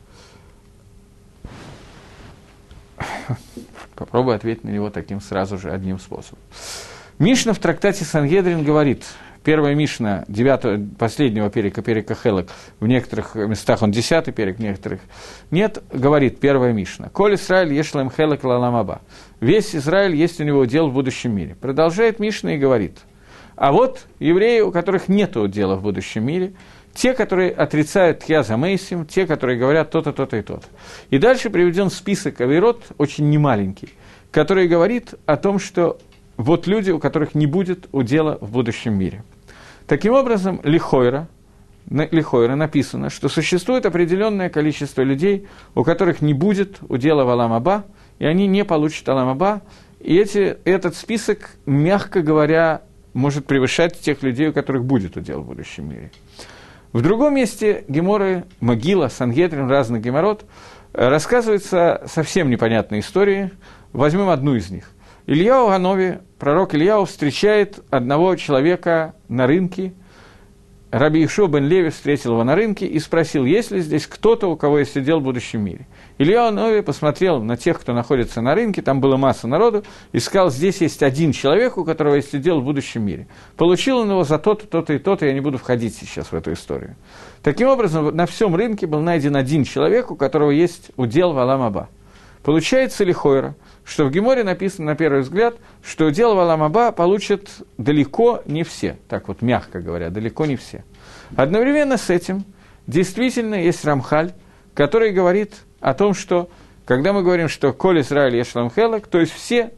[SPEAKER 1] Попробую ответить на него таким сразу же одним способом. Мишна в трактате Сангедрин говорит, первая Мишна 9, последнего перека Хелек, в некоторых местах он 10 перек, в некоторых нет, говорит первая Мишна. «Коль Исраиль ешлем Хелек лаламаба». Весь Израиль есть у него удел в будущем мире. Продолжает Мишна и говорит: а вот евреи, у которых нет удела в будущем мире, те, которые отрицают Тхьяза Мейсим, те, которые говорят то-то, то-то и то-то. И дальше приведен список авейрот, очень немаленький, который говорит о том, что вот люди, у которых не будет удела в будущем мире. Таким образом, лихойра написано, что существует определенное количество людей, у которых не будет удела в Алам Аба, и они не получат Алам Аба, и этот список, мягко говоря, может превышать тех людей, у которых будет удел в будущем мире. В другом месте Геморы, Могила, Сангедрин, разных геморрот, рассказываются совсем непонятные истории. Возьмем одну из них. Ильяу Ганови, пророк Ильяу, встречает одного человека на рынке, Раби Ишуа бен Леви встретил его на рынке и спросил, есть ли здесь кто-то, у кого есть удел в будущем мире. Илья Нови посмотрел на тех, кто находится на рынке, там была масса народу, и сказал, здесь есть один человек, у которого есть удел в будущем мире. Получил он его за то-то, то-то и то-то, я не буду входить сейчас в эту историю. Таким образом, на всем рынке был найден один человек, у которого есть удел в Олам Аба. Получается ли хойра, что в Геморе написано, на первый взгляд, что удел в Олам Аба получат далеко не все, так вот мягко говоря, далеко не все. Одновременно с этим действительно есть Рамхаль, который говорит о том, что, когда мы говорим, что «Коль Израиль ешлам хелек», то есть все,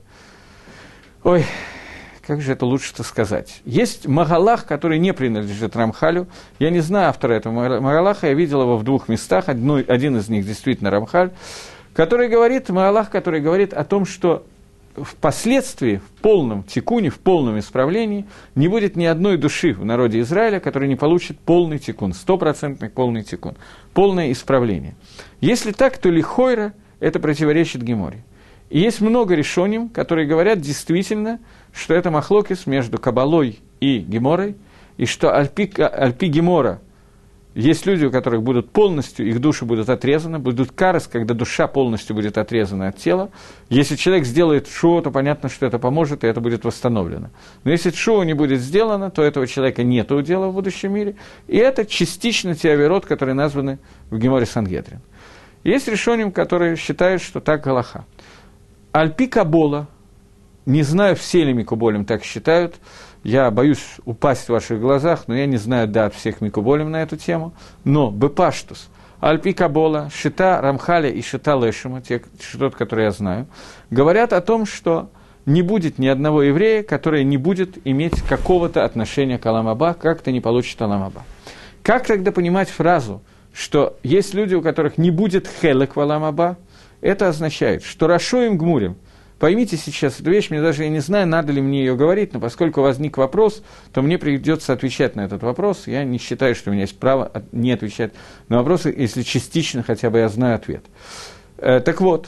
[SPEAKER 1] как же это лучше-то сказать, есть Магалах, который не принадлежит Рамхалю, я не знаю автора этого Магалаха, я видел его в двух местах, один из них действительно Рамхаль, который говорит, Магалах, который говорит о том, что впоследствии, в полном тикуне, в полном исправлении, не будет ни одной души в народе Израиля, которая не получит полный тикун, 100% полный тикун, полное исправление. Если так, то лихойра это противоречит Геморе. И есть много решоним, которые говорят действительно, что это махлокис между Кабалой и Геморой, и что альпи Гемора, есть люди, у которых будут полностью, их души будут отрезаны, будут карас, когда душа полностью будет отрезана от тела. Если человек сделает шоу, то понятно, что это поможет, и это будет восстановлено. Но если шоу не будет сделано, то этого человека нет удела в будущем мире, и это частично те авирот, которые названы в Геморе Сангедрин. Есть решоним, которые считают, что так галаха. Альпи Кабола, не знаю, все ли Микуболим так считают, я боюсь упасть в ваших глазах, но я не знаю дат всех Микуболим на эту тему, но Бепаштус, Альпи Кабола, Шита Рамхаля и Шита Лешема, тот, который я знаю, говорят о том, что не будет ни одного еврея, который не будет иметь какого-то отношения к Олам Аба, как-то не получит Олам Аба. Как тогда понимать фразу, что есть люди, у которых не будет хелек в Олам Аба? Это означает, что Рашоим Гмурим, поймите сейчас эту вещь, я не знаю, надо ли мне ее говорить, но поскольку возник вопрос, то мне придется отвечать на этот вопрос. Я не считаю, что у меня есть право не отвечать на вопросы, если частично хотя бы я знаю ответ. Так вот,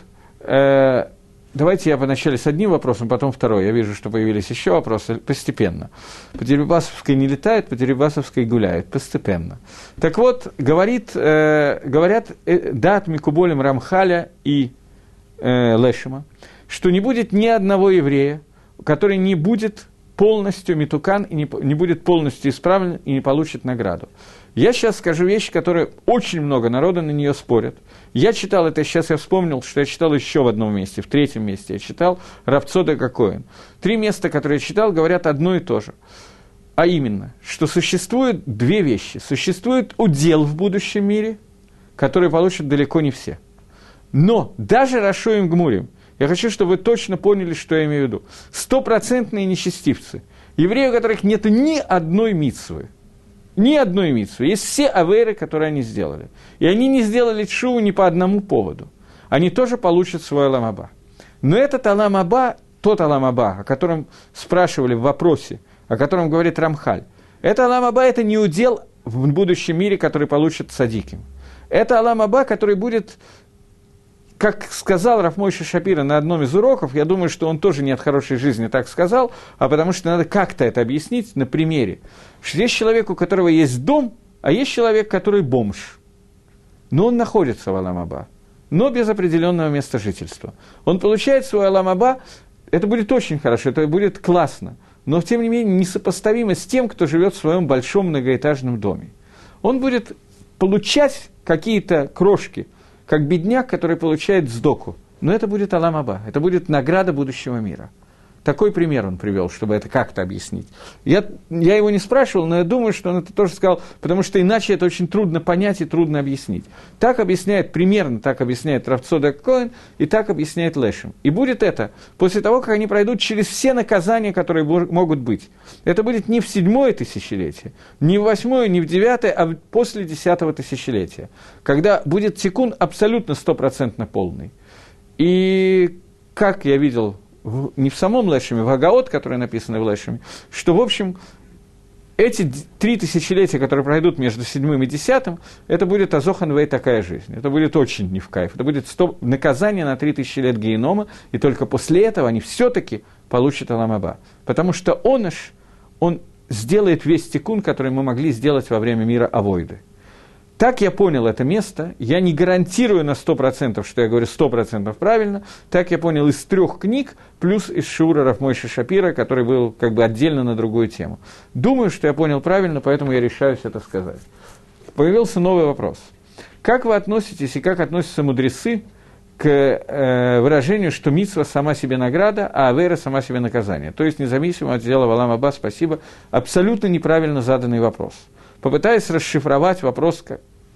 [SPEAKER 1] давайте я вначале с одним вопросом, потом второй. Я вижу, что появились еще вопросы постепенно. По Дерибасовской не летает, по Дерибасовской гуляет постепенно. Так вот, говорят дат Микуболим Рамхаля и Лешема, что не будет ни одного еврея, который не будет полностью митукан и не будет полностью исправлен и не получит награду. Я сейчас скажу вещи, которые очень много народа на нее спорят. Я читал это, сейчас я вспомнил, что я читал еще в одном месте, в третьем месте я читал Рав Цодек ха-Коэн. 3 места, которые я читал, говорят одно и то же. А именно, что существуют 2 вещи. Существует удел в будущем мире, который получат далеко не все. Но даже Рашоим Гмурим, я хочу, чтобы вы точно поняли, что я имею в виду. 100% нечестивцы. Евреи, у которых нет ни одной мицвы. Ни одной мицвы. Есть все авейры, которые они сделали. И они не сделали тшуву ни по одному поводу. Они тоже получат свой Олам Аба. Но этот Олам Аба, тот Олам Аба, о котором спрашивали в вопросе, о котором говорит Рамхаль, это Олам Аба, это не удел в будущем мире, который получат цадиким. Это Олам Аба, который будет... Как сказал Рав Мойше Шапира на одном из уроков, я думаю, что он тоже не от хорошей жизни так сказал, а потому что надо как-то это объяснить на примере. Что есть человек, у которого есть дом, а есть человек, который бомж. Но он находится в Олам Аба, но без определенного места жительства. Он получает свой Олам Аба, это будет очень хорошо, это будет классно, но тем не менее несопоставимо с тем, кто живет в своем большом многоэтажном доме. Он будет получать какие-то крошки, как бедняк, который получает сдоку. Но это будет Олам Аба, это будет награда будущего мира. Такой пример он привел, чтобы это как-то объяснить. Я его не спрашивал, но я думаю, что он это тоже сказал, потому что иначе это очень трудно понять и трудно объяснить. Так объясняет, примерно так объясняет Рав Цодек ха-Коэн, и так объясняет Лешем. И будет это после того, как они пройдут через все наказания, которые могут быть. Это будет не в 7-е тысячелетие, не в 8-е, не в 9-е, а после 10-го тысячелетия, когда будет тикун абсолютно 100% полный. И как я видел... не в самом Лешеме, в Агаот, который написано в Лешеме, что, в общем, эти 3 тысячелетия, которые пройдут между 7 и 10, это будет Азоханвей такая жизнь. Это будет очень не в кайф. Это будет наказание на 3000 лет генома, и только после этого они все-таки получат Олам Аба. Потому что оныш, он сделает весь тикун, который мы могли сделать во время мира Авойды. Так я понял это место, я не гарантирую на 100%, что я говорю 100% правильно, так я понял из 3 книг, плюс из Шиура Рав Мойше Шапира, который был как бы отдельно на другую тему. Думаю, что я понял правильно, поэтому я решаюсь это сказать. Появился новый вопрос. Как вы относитесь и как относятся мудрецы к выражению, что мицва сама себе награда, а авейра сама себе наказание? То есть, независимо от дела Валам Аба, спасибо, абсолютно неправильно заданный вопрос. Попытаясь расшифровать вопрос,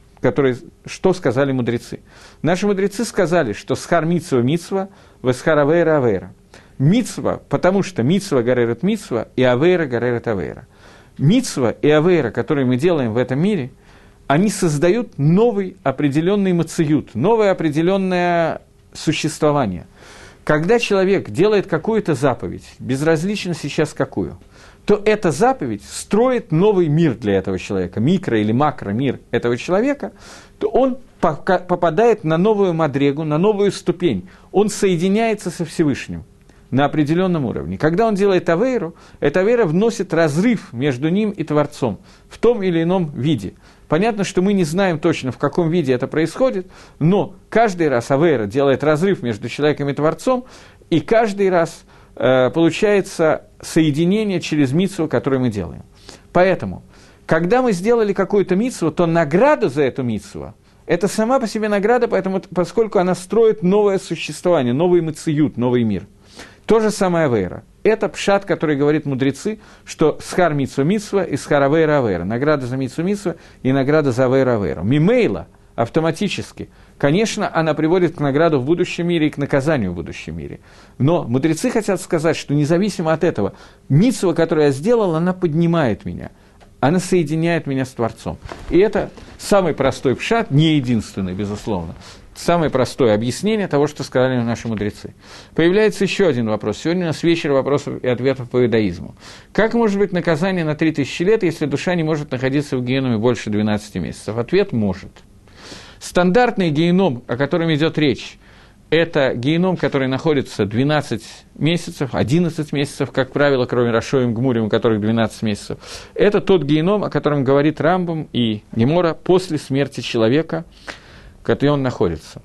[SPEAKER 1] что сказали мудрецы. Наши мудрецы сказали, что схар мицва мицва, весхар авейра авейра. Мицва, потому что мицва гаререт мицва, и авейра гаререт авейра. Мицва и авейра, которые мы делаем в этом мире, они создают новый определенный мациют, новое определенное существование. Когда человек делает какую-то заповедь, безразлично сейчас какую, то эта заповедь строит новый мир для этого человека, микро- или макромир этого человека, то он попадает на новую мадрегу, на новую ступень. Он соединяется со Всевышним на определенном уровне. Когда он делает авейру, эта авейра вносит разрыв между ним и Творцом в том или ином виде. Понятно, что мы не знаем точно, в каком виде это происходит, но каждый раз авейра делает разрыв между человеком и Творцом, и каждый раз получается соединение через мицву, которую мы делаем. Поэтому, когда мы сделали какую-то мицву, то награда за эту мицву – это сама по себе награда, поскольку она строит новое существование, новый мациют, новый мир. То же самое авейра. Это пшат, который говорит мудрецы, что схар мицва мицва и схар авейра авейра. Награда за мицву мицва и награда за авейра авейра. Мимейла автоматически. Конечно, она приводит к награду в будущем мире и к наказанию в будущем мире. Но мудрецы хотят сказать, что независимо от этого, мицва, которую я сделал, она поднимает меня. Она соединяет меня с Творцом. И это самый простой пшат, не единственный, безусловно. Самое простое объяснение того, что сказали наши мудрецы. Появляется еще один вопрос. Сегодня у нас вечер вопросов и ответов по иудаизму. Как может быть наказание на 3000 лет, если душа не может находиться в геноме больше 12 месяцев? Ответ – может. Стандартный геном, о котором идет речь, это геном, который находится 12 месяцев, 11 месяцев, как правило, кроме Рашоим Гмурим, у которых 12 месяцев. Это тот геном, о котором говорит Рамбам и Гемора после смерти человека, который он находится.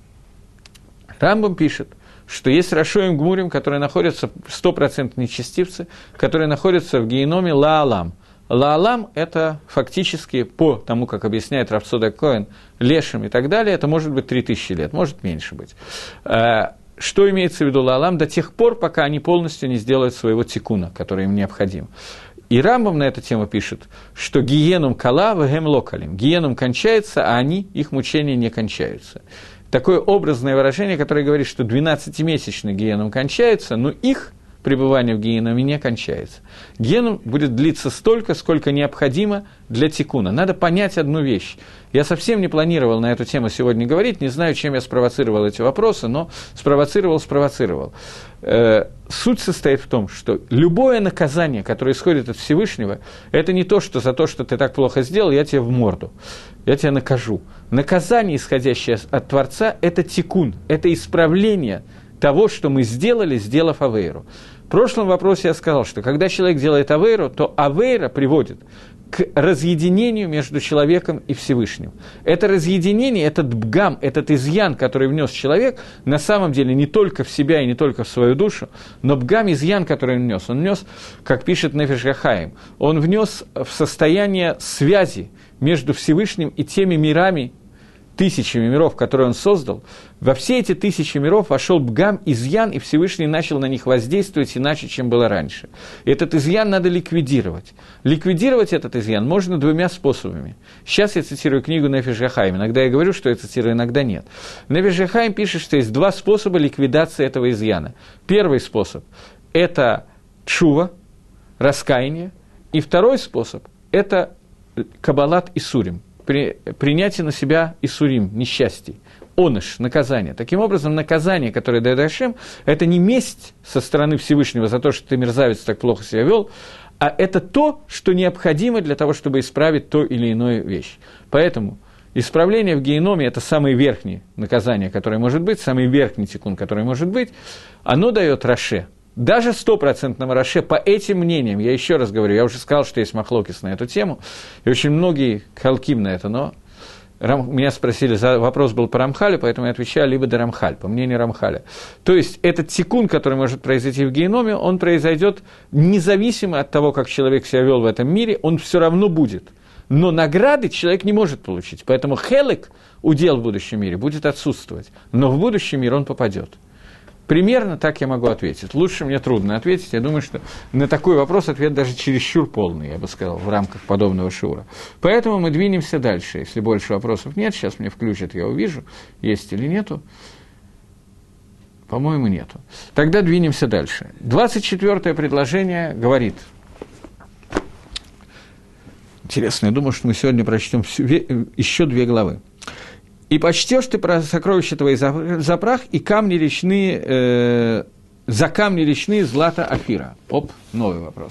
[SPEAKER 1] Рамбам пишет, что есть Рашоим Гмурим, которые находятся, 100% нечестивцы, которые находятся в геноме Лаалам. Лаалам – это фактически, по тому, как объясняет Рав Цодек Коэн, Лешим и так далее, это может быть 3000 лет, может меньше быть. Что имеется в виду Лаалам? До тех пор, пока они полностью не сделают своего тикуна, который им необходим. И Рамбам на эту тему пишет, что гиенум кала вегем локалим. Гиенум кончается, а они, их мучения не кончаются. Такое образное выражение, которое говорит, что 12-месячный гиенум кончается, но их пребывание в гиеноме не кончается. Гиенум будет длиться столько, сколько необходимо для тикуна. Надо понять одну вещь. Я совсем не планировал на эту тему сегодня говорить, не знаю, чем я спровоцировал эти вопросы, но спровоцировал. Суть состоит в том, что любое наказание, которое исходит от Всевышнего, это не то, что за то, что ты так плохо сделал, я тебе в морду, я тебя накажу. Наказание, исходящее от Творца, это тикун, это исправление того, что мы сделали, сделав авейру. В прошлом вопросе я сказал, что когда человек делает авейру, то авейра приводит к разъединению между человеком и Всевышним. Это разъединение, этот бгам, этот изъян, который внес человек, на самом деле не только в себя и не только в свою душу, но бгам, изъян, который он внес, как пишет Нефеш Ха-Хаим, он внес в состояние связи между Всевышним и теми мирами, тысячами миров, которые он создал. Во все эти 1000 миров вошел бгам, изъян, и Всевышний начал на них воздействовать иначе, чем было раньше. Этот изъян надо ликвидировать. Ликвидировать этот изъян можно 2 способами. Сейчас я цитирую книгу Нефеш Ха-Хаим. Иногда я говорю, что я цитирую, иногда нет. Нефеш Ха-Хаим пишет, что есть 2 способа ликвидации этого изъяна. Первый способ – это тшува, раскаяние. И второй способ – это кабалат исурим. Принятие на себя исурим, несчастий, оныш, наказание. Таким образом, наказание, которое дает Ашем, это не месть со стороны Всевышнего за то, что ты, мерзавец, так плохо себя вел, а это то, что необходимо для того, чтобы исправить то или иную вещь. Поэтому исправление в геноме – это самое верхнее наказание, которое может быть, самый верхний тикун, который может быть, оно дает Раше. даже 100% Раше по этим мнениям, я еще раз говорю, я уже сказал, что есть махлокис на эту тему, и очень многие халким на это, но меня спросили, вопрос был по Рамхалю, поэтому я отвечаю либо до Рамхаль, по мнению Рамхаля. То есть этот тикун, который может произойти в геноме, он произойдет независимо от того, как человек себя вел в этом мире, он все равно будет. Но награды человек не может получить, поэтому хелек, удел в будущем мире, будет отсутствовать, но в будущем мир он попадет. Примерно так я могу ответить. Лучше мне трудно ответить. Я думаю, что на такой вопрос ответ даже чересчур полный, я бы сказал, в рамках подобного шиура. Поэтому мы двинемся дальше. Если больше вопросов нет, сейчас мне включат, я увижу, есть или нету. По-моему, нету. Тогда двинемся дальше. 24-е предложение говорит. Интересно, я думаю, что мы сегодня прочтем еще 2 главы. «И почтешь ты сокровища твои за прах, и камни речные, за камни речные злата Афира». Оп, новый вопрос.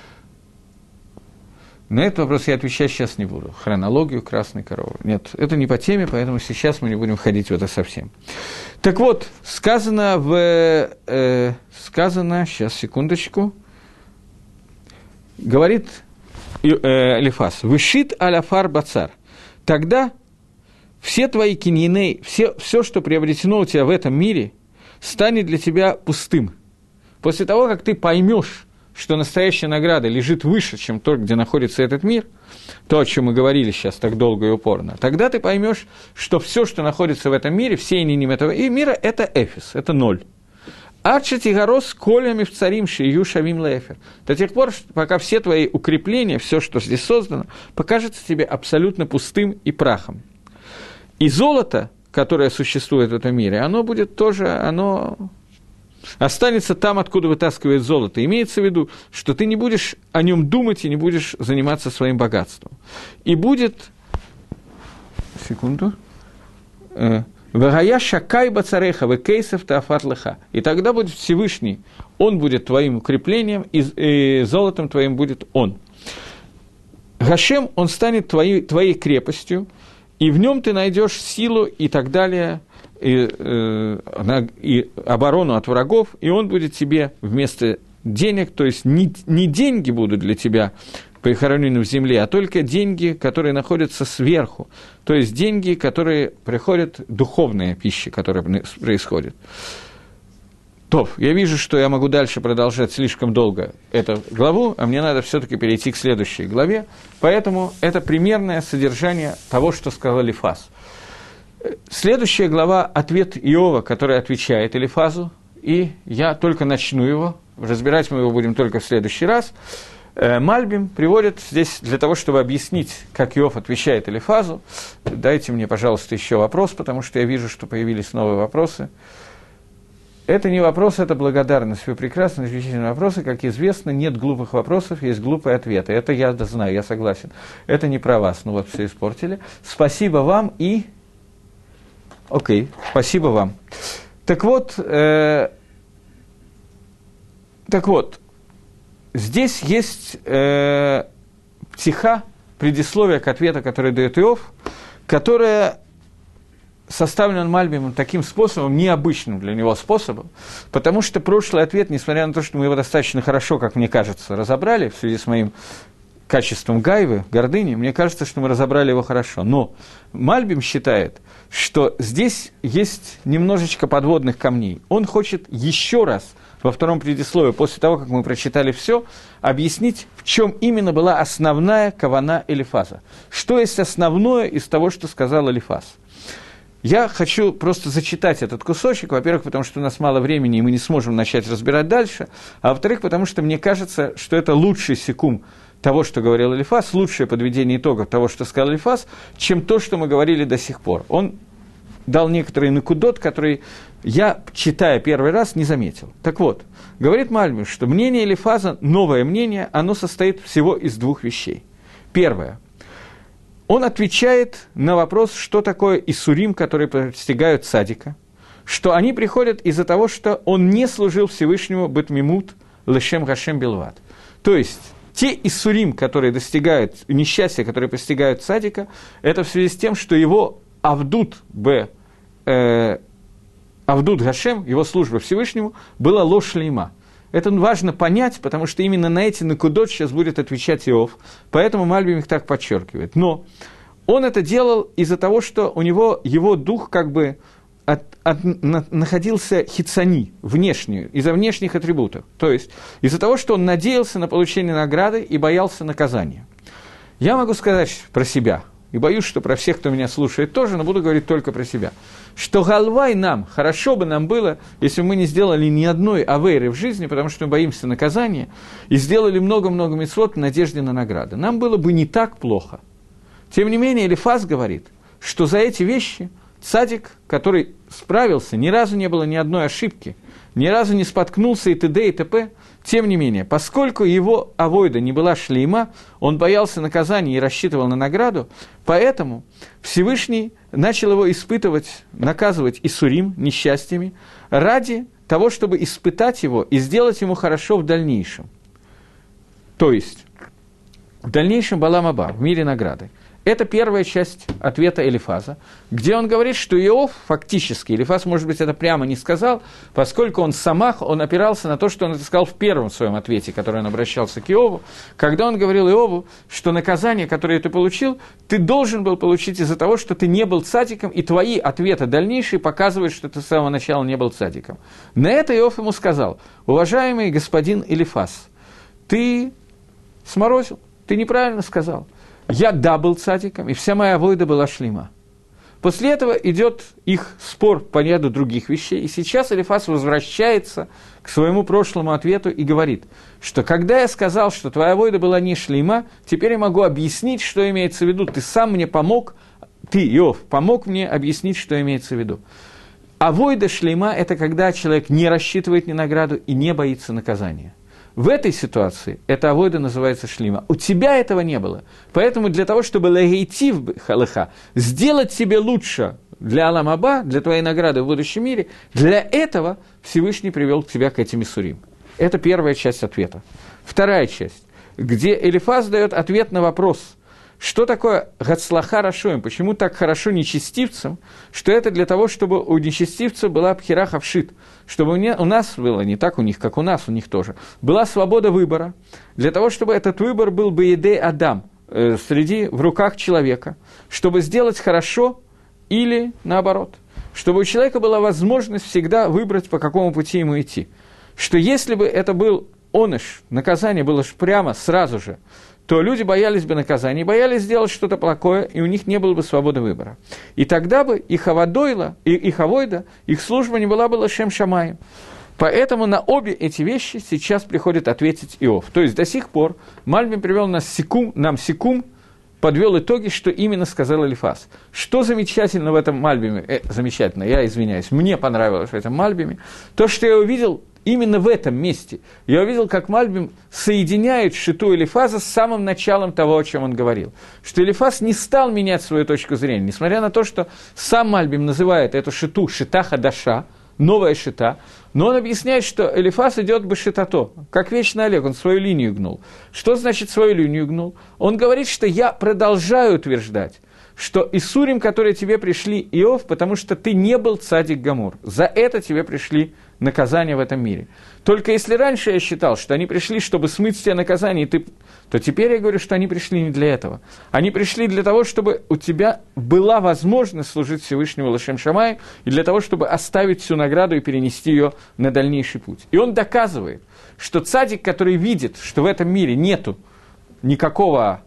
[SPEAKER 1] На этот вопрос я отвечать сейчас не буду. Хронологию красной коровы. Нет, это не по теме, поэтому сейчас мы не будем входить в это совсем. Так вот, сказано, сейчас, секундочку, говорит Элифаз, «Вышит аляфар бацар». Тогда все твои киньины, все, что приобретено у тебя в этом мире, станет для тебя пустым. После того, как ты поймешь, что настоящая награда лежит выше, чем то, где находится этот мир, то, о чем мы говорили сейчас так долго и упорно, тогда ты поймешь, что все, что находится в этом мире, все ининим этого мира, это эфис, это ноль. Арчати горос колями в царим шию шавим лефер. До тех пор, пока все твои укрепления, все, что здесь создано, покажется тебе абсолютно пустым и прахом. И золото, которое существует в этом мире, оно будет тоже, оно останется там, откуда вытаскивает золото. Имеется в виду, что ты не будешь о нем думать и не будешь заниматься своим богатством. И будет, секунду, «Вагая шакай бацареха, векейсов таафат леха». И тогда будет Всевышний, он будет твоим укреплением, и золотом твоим будет он. Гашем, он станет твоей крепостью, и в нем ты найдешь силу и так далее, и оборону от врагов, и он будет тебе вместо денег, то есть не деньги будут для тебя похоронены в земле, а только деньги, которые находятся сверху, то есть деньги, которые приходят, духовная пища, которая происходит. То, я вижу, что я могу дальше продолжать слишком долго эту главу, а мне надо все-таки перейти к следующей главе, поэтому это примерное содержание того, что сказал Элифаз. Следующая глава – ответ Иова, который отвечает Элифазу, и я только начну его, разбирать мы его будем только в следующий раз. Мальбим приводит здесь для того, чтобы объяснить, как Иов отвечает Элифазу. Дайте мне, пожалуйста, еще вопрос, потому что я вижу, что появились новые вопросы. Это не вопрос, это благодарность. Вы прекрасно отвечаете на вопросы. Как известно, нет глупых вопросов, есть глупые ответы. Это я знаю, я согласен. Это не про вас, ну вот все испортили. Спасибо вам и... Окей, спасибо вам. Так вот, здесь есть психа, предисловие к ответу, который дает Иов, которое составлен Мальбимом таким способом, необычным для него способом, потому что прошлый ответ, несмотря на то, что мы его достаточно хорошо, как мне кажется, разобрали в связи с моим качеством гайвы, гордыни, мне кажется, что мы разобрали его хорошо. Но Мальбим считает, что здесь есть немножечко подводных камней. Он хочет еще раз во втором предисловии, после того, как мы прочитали все, объяснить, в чем именно была основная кавана Элифаза. Что есть основное из того, что сказал Элифаз. Я хочу просто зачитать этот кусочек, во-первых, потому что у нас мало времени, и мы не сможем начать разбирать дальше, а во-вторых, потому что мне кажется, что это лучший секум того, что говорил Элифаз, лучшее подведение итогов того, что сказал Элифаз, чем то, что мы говорили до сих пор. Он дал некоторые накудот, которые я, читая первый раз, не заметил. Так вот, говорит Мальбим, что мнение Элифаза, новое мнение, оно состоит всего из 2 вещей. Первое. Он отвечает на вопрос, что такое иссурим, которые постигают цадика, что они приходят из-за того, что он не служил Всевышнему бетмимут лешем гашем белват. То есть, те иссурим, которые достигают, несчастья, которые постигают цадика, это в связи с тем, что его авдут Гашем, его служба Всевышнему, была ложь лейма. Это важно понять, потому что именно на эти накудот сейчас будет отвечать Иов, поэтому Мальбим их так подчеркивает. Но он это делал из-за того, что у него его дух как бы находился хицани, внешнюю, из-за внешних атрибутов. То есть из-за того, что он надеялся на получение награды и боялся наказания. Я могу сказать про себя, и боюсь, что про всех, кто меня слушает, тоже, но буду говорить только про себя, что галвай нам, хорошо бы нам было, если бы мы не сделали ни одной авейры в жизни, потому что мы боимся наказания, и сделали много-много мицвот в надежде на награды. Нам было бы не так плохо. Тем не менее, Элифаз говорит, что за эти вещи цадик, который справился, ни разу не было ни одной ошибки, ни разу не споткнулся и т.д. и т.п., тем не менее, поскольку его авойда не была шлейма, он боялся наказания и рассчитывал на награду, поэтому Всевышний начал его испытывать, наказывать Исурим, несчастьями, ради того, чтобы испытать его и сделать ему хорошо в дальнейшем. То есть, в дальнейшем Балам Аба, в мире награды. Это первая часть ответа Элифаза, где он говорит, что Иов фактически, Элифаз, может быть, это прямо не сказал, поскольку он самах, он опирался на то, что он это сказал в первом своем ответе, который он обращался к Иову, когда он говорил Иову, что наказание, которое ты получил, ты должен был получить из-за того, что ты не был цадиком, и твои ответы дальнейшие показывают, что ты с самого начала не был цадиком. На это Иов ему сказал: уважаемый господин Элифаз, ты сморозил, ты неправильно сказал. Я был цадиком, и вся моя авойда была шлима. После этого идет их спор по ряду других вещей, и сейчас Элифаз возвращается к своему прошлому ответу и говорит, что когда я сказал, что твоя авойда была не шлима, теперь я могу объяснить, что имеется в виду. Ты сам мне помог, ты, Иов, помог мне объяснить, что имеется в виду. Авойда шлима – это когда человек не рассчитывает ни награду и не боится наказания. В этой ситуации эта авойда называется шлима. У тебя этого не было. Поэтому для того, чтобы лагейтив халыха, сделать себе лучше для Алам Аба, для твоей награды в будущем мире, для этого Всевышний привел тебя к этим Исурим. Это первая часть ответа. Вторая часть, где Элифаз дает ответ на вопрос, что такое гацлаха рашоим, почему так хорошо нечестивцам, что это для того, чтобы у нечестивца была пхира хавшит, чтобы у нас было не так у них, как у нас, у них тоже, была свобода выбора, для того, чтобы этот выбор был беедей адам, в руках человека, чтобы сделать хорошо или наоборот, чтобы у человека была возможность всегда выбрать, по какому пути ему идти. Что если бы это был оныш, наказание было прямо сразу же, то люди боялись бы наказания, боялись сделать что-то плохое, и у них не было бы свободы выбора. И тогда бы их авойда, их служба не была бы лашем шамаем. Поэтому на обе эти вещи сейчас приходит ответить Иов. То есть до сих пор Мальбим привел нам секум, подвел итоги, что именно сказал Элифаз. Что замечательно в этом Мальбиме, замечательно, я извиняюсь, мне понравилось в этом Мальбиме, то, что я увидел именно в этом месте. Я увидел, как Мальбим соединяет шиту Элифаза с самым началом того, о чем он говорил. Что Элифаз не стал менять свою точку зрения, несмотря на то, что сам Мальбим называет эту шиту шита хадаша, новая шита, но он объясняет, что Элифаз идет бы шитато, как вечный Олег, он свою линию гнул. Что значит свою линию гнул? Он говорит, что я продолжаю утверждать, что Исурим, которые тебе пришли, Иов, потому что ты не был цадик Гамур. За это тебе пришли наказания в этом мире. Только если раньше я считал, что они пришли, чтобы смыть все наказания, то теперь я говорю, что они пришли не для этого. Они пришли для того, чтобы у тебя была возможность служить Всевышнему Лашем Шамай, и для того, чтобы оставить всю награду и перенести ее на дальнейший путь. И он доказывает, что цадик, который видит, что в этом мире нету никакой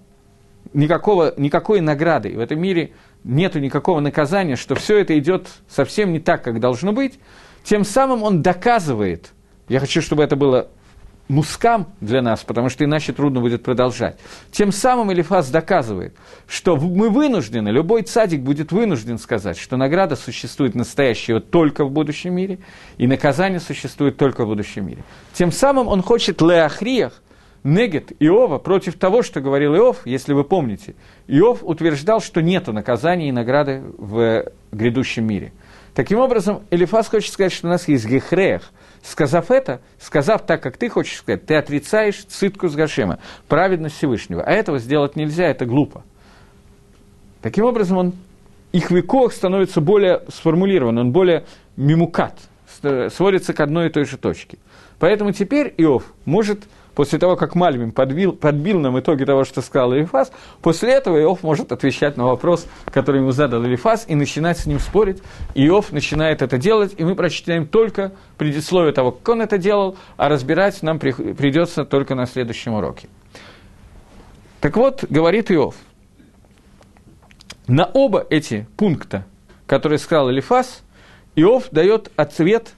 [SPEAKER 1] награды, в этом мире нету никакого наказания, что все это идет совсем не так, как должно быть, тем самым он доказывает, я хочу, чтобы это было мускам для нас, потому что иначе трудно будет продолжать, тем самым Элифаз доказывает, что мы вынуждены, любой цадик будет вынужден сказать, что награда существует настоящего только в будущем мире, и наказание существует только в будущем мире. Тем самым он хочет леахриях, негет Иова против того, что говорил Иов, если вы помните. Иов утверждал, что нету наказания и награды в грядущем мире. Таким образом, Элифаз хочет сказать, что у нас есть гехреях. Сказав это, сказав так, как ты хочешь сказать, ты отрицаешь цитку с Гашема, праведность Всевышнего. А этого сделать нельзя, это глупо. Таким образом, их векох становится более сформулирован, он более мимукат, сводится к одной и той же точке. Поэтому теперь Иов может, после того, как Мальбим подбил нам итоги того, что сказал Элифаз, после этого Иов может отвечать на вопрос, который ему задал Элифаз, и начинать с ним спорить. Иов начинает это делать, и мы прочитаем только предисловие того, как он это делал, а разбирать нам придется только на следующем уроке. Так вот, говорит Иов, на оба эти пункта, которые сказал Элифаз, Иов дает ответ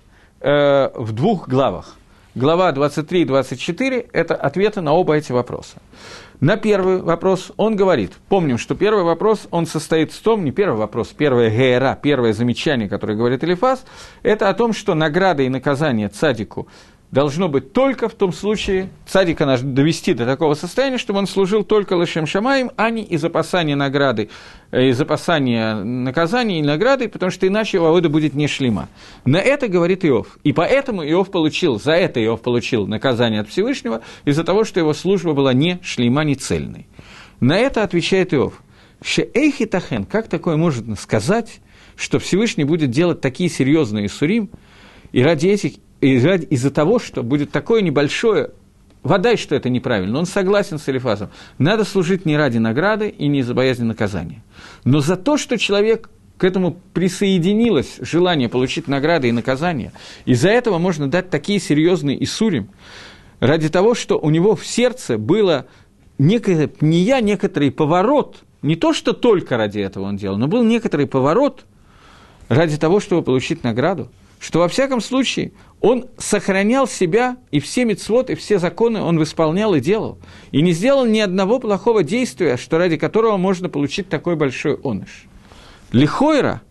[SPEAKER 1] в двух главах. Глава 23 и 24 – это ответы на оба эти вопроса. На первый вопрос он говорит, помним, что первый вопрос, он состоит в том, не первый вопрос, первое геера, первое замечание, которое говорит Элифаз, это о том, что награда и наказание цадику должно быть только в том случае, цадика надо довести до такого состояния, чтобы он служил только лешем шамаим, а не из опасания награды, из опасания наказания и награды, потому что иначе его авода будет не шлима. На это говорит Иов. И поэтому за это Иов получил наказание от Всевышнего, из-за того, что его служба была не шлима, не цельной. На это отвечает Иов. Шеэйхи тахен, как такое можно сказать, что Всевышний будет делать такие серьезные сурим, и ради этих из-за того, что будет такое небольшое, вода, что это неправильно, он согласен с Элифазом, надо служить не ради награды и не из-за боязни наказания. Но за то, что человек к этому присоединилось желание получить награды и наказания, из-за этого можно дать такие серьезные иссурим, ради того, что у него в сердце было некоторый поворот, не то, что только ради этого он делал, но был некоторый поворот ради того, чтобы получить награду, что во всяком случае он сохранял себя, и все мицвот, и все законы он исполнял и делал, и не сделал ни одного плохого действия, что ради которого можно получить такой большой оныш. Лихойра,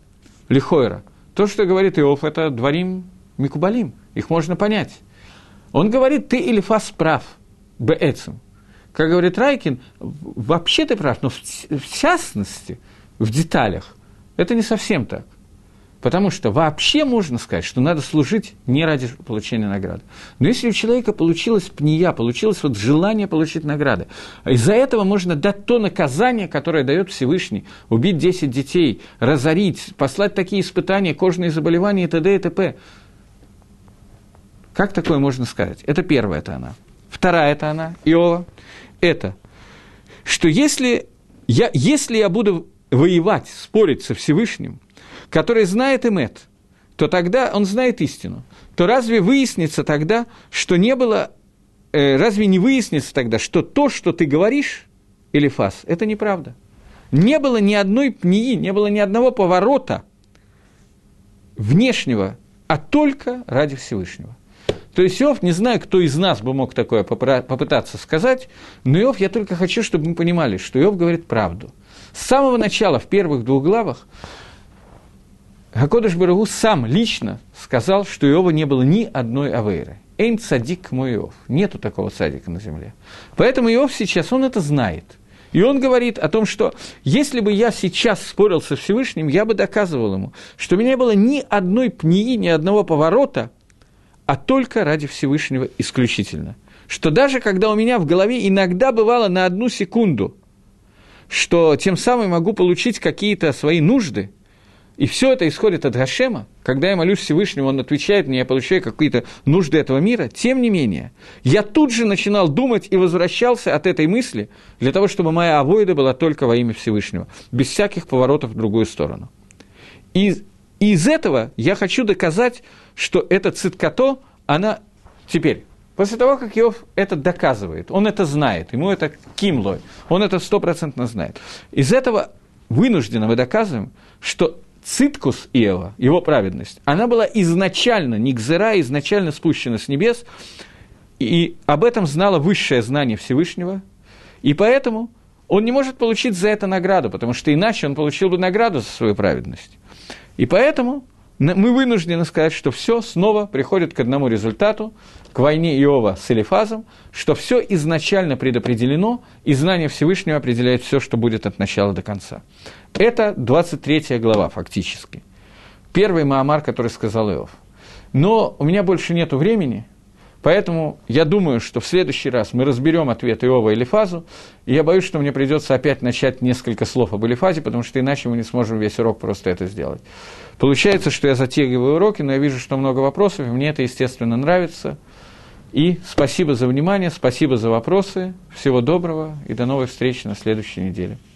[SPEAKER 1] то, что говорит Иов, это дворим микубалим, их можно понять. Он говорит, ты, Элифаз, прав, беэцем. Как говорит Райкин, вообще ты прав, но в частности, в деталях, это не совсем так. Потому что вообще можно сказать, что надо служить не ради получения награды. Но если у человека получилась пния, получилось желание получить награды, из-за этого можно дать то наказание, которое дает Всевышний, убить 10 детей, разорить, послать такие испытания, кожные заболевания и т.д. и т.п. Как такое можно сказать? Это первая тона. Вторая тона Иова – это, что если я буду воевать, спорить со Всевышним, который знает эмет, то тогда он знает истину, то разве выяснится тогда, что не было, разве не выяснится тогда, что то, что ты говоришь, Элифаз, это неправда? Не было ни одной пнии, не было ни одного поворота внешнего, а только ради Всевышнего. То есть Иов, не знаю, кто из нас бы мог такое попытаться сказать, но Иов, я только хочу, чтобы мы понимали, что Иов говорит правду. С самого начала, в первых 2 главах, Акодыш Барух Ху сам лично сказал, что у Иова не было ни одной авейры. Эйн цадик мой Иов. Нету такого цадика на земле. Поэтому Иов сейчас, он это знает. И он говорит о том, что если бы я сейчас спорил со Всевышним, я бы доказывал ему, что у меня не было ни одной пнии, ни одного поворота, а только ради Всевышнего исключительно. Что даже когда у меня в голове иногда бывало на 1 секунду, что тем самым могу получить какие-то свои нужды, и все это исходит от Гашема, когда я молюсь Всевышнему, он отвечает мне, я получаю какие-то нужды этого мира, тем не менее, я тут же начинал думать и возвращался от этой мысли для того, чтобы моя авойда была только во имя Всевышнего, без всяких поворотов в другую сторону. И из этого я хочу доказать, что эта циткато, она теперь, после того, как Иов это доказывает, он это знает, ему это кимлой, он это 100% знает, из этого вынужденно мы доказываем, что циткус Иова, его праведность, она была изначально, не гзера, изначально спущена с небес, и об этом знало высшее знание Всевышнего, и поэтому он не может получить за это награду, потому что иначе он получил бы награду за свою праведность. И поэтому мы вынуждены сказать, что все снова приходит к одному результату, к войне Иова с Элифазом, что все изначально предопределено, и знание Всевышнего определяет все, что будет от начала до конца. Это 23 глава фактически. Первый маамар, который сказал Иов. Но у меня больше нет времени, поэтому я думаю, что в следующий раз мы разберем ответ Иова и Элифазу, и я боюсь, что мне придется опять начать несколько слов об Элифазе, потому что иначе мы не сможем весь урок просто это сделать. Получается, что я затягиваю уроки, но я вижу, что много вопросов, и мне это, естественно, нравится. И спасибо за внимание, спасибо за вопросы, всего доброго и до новых встреч на следующей неделе.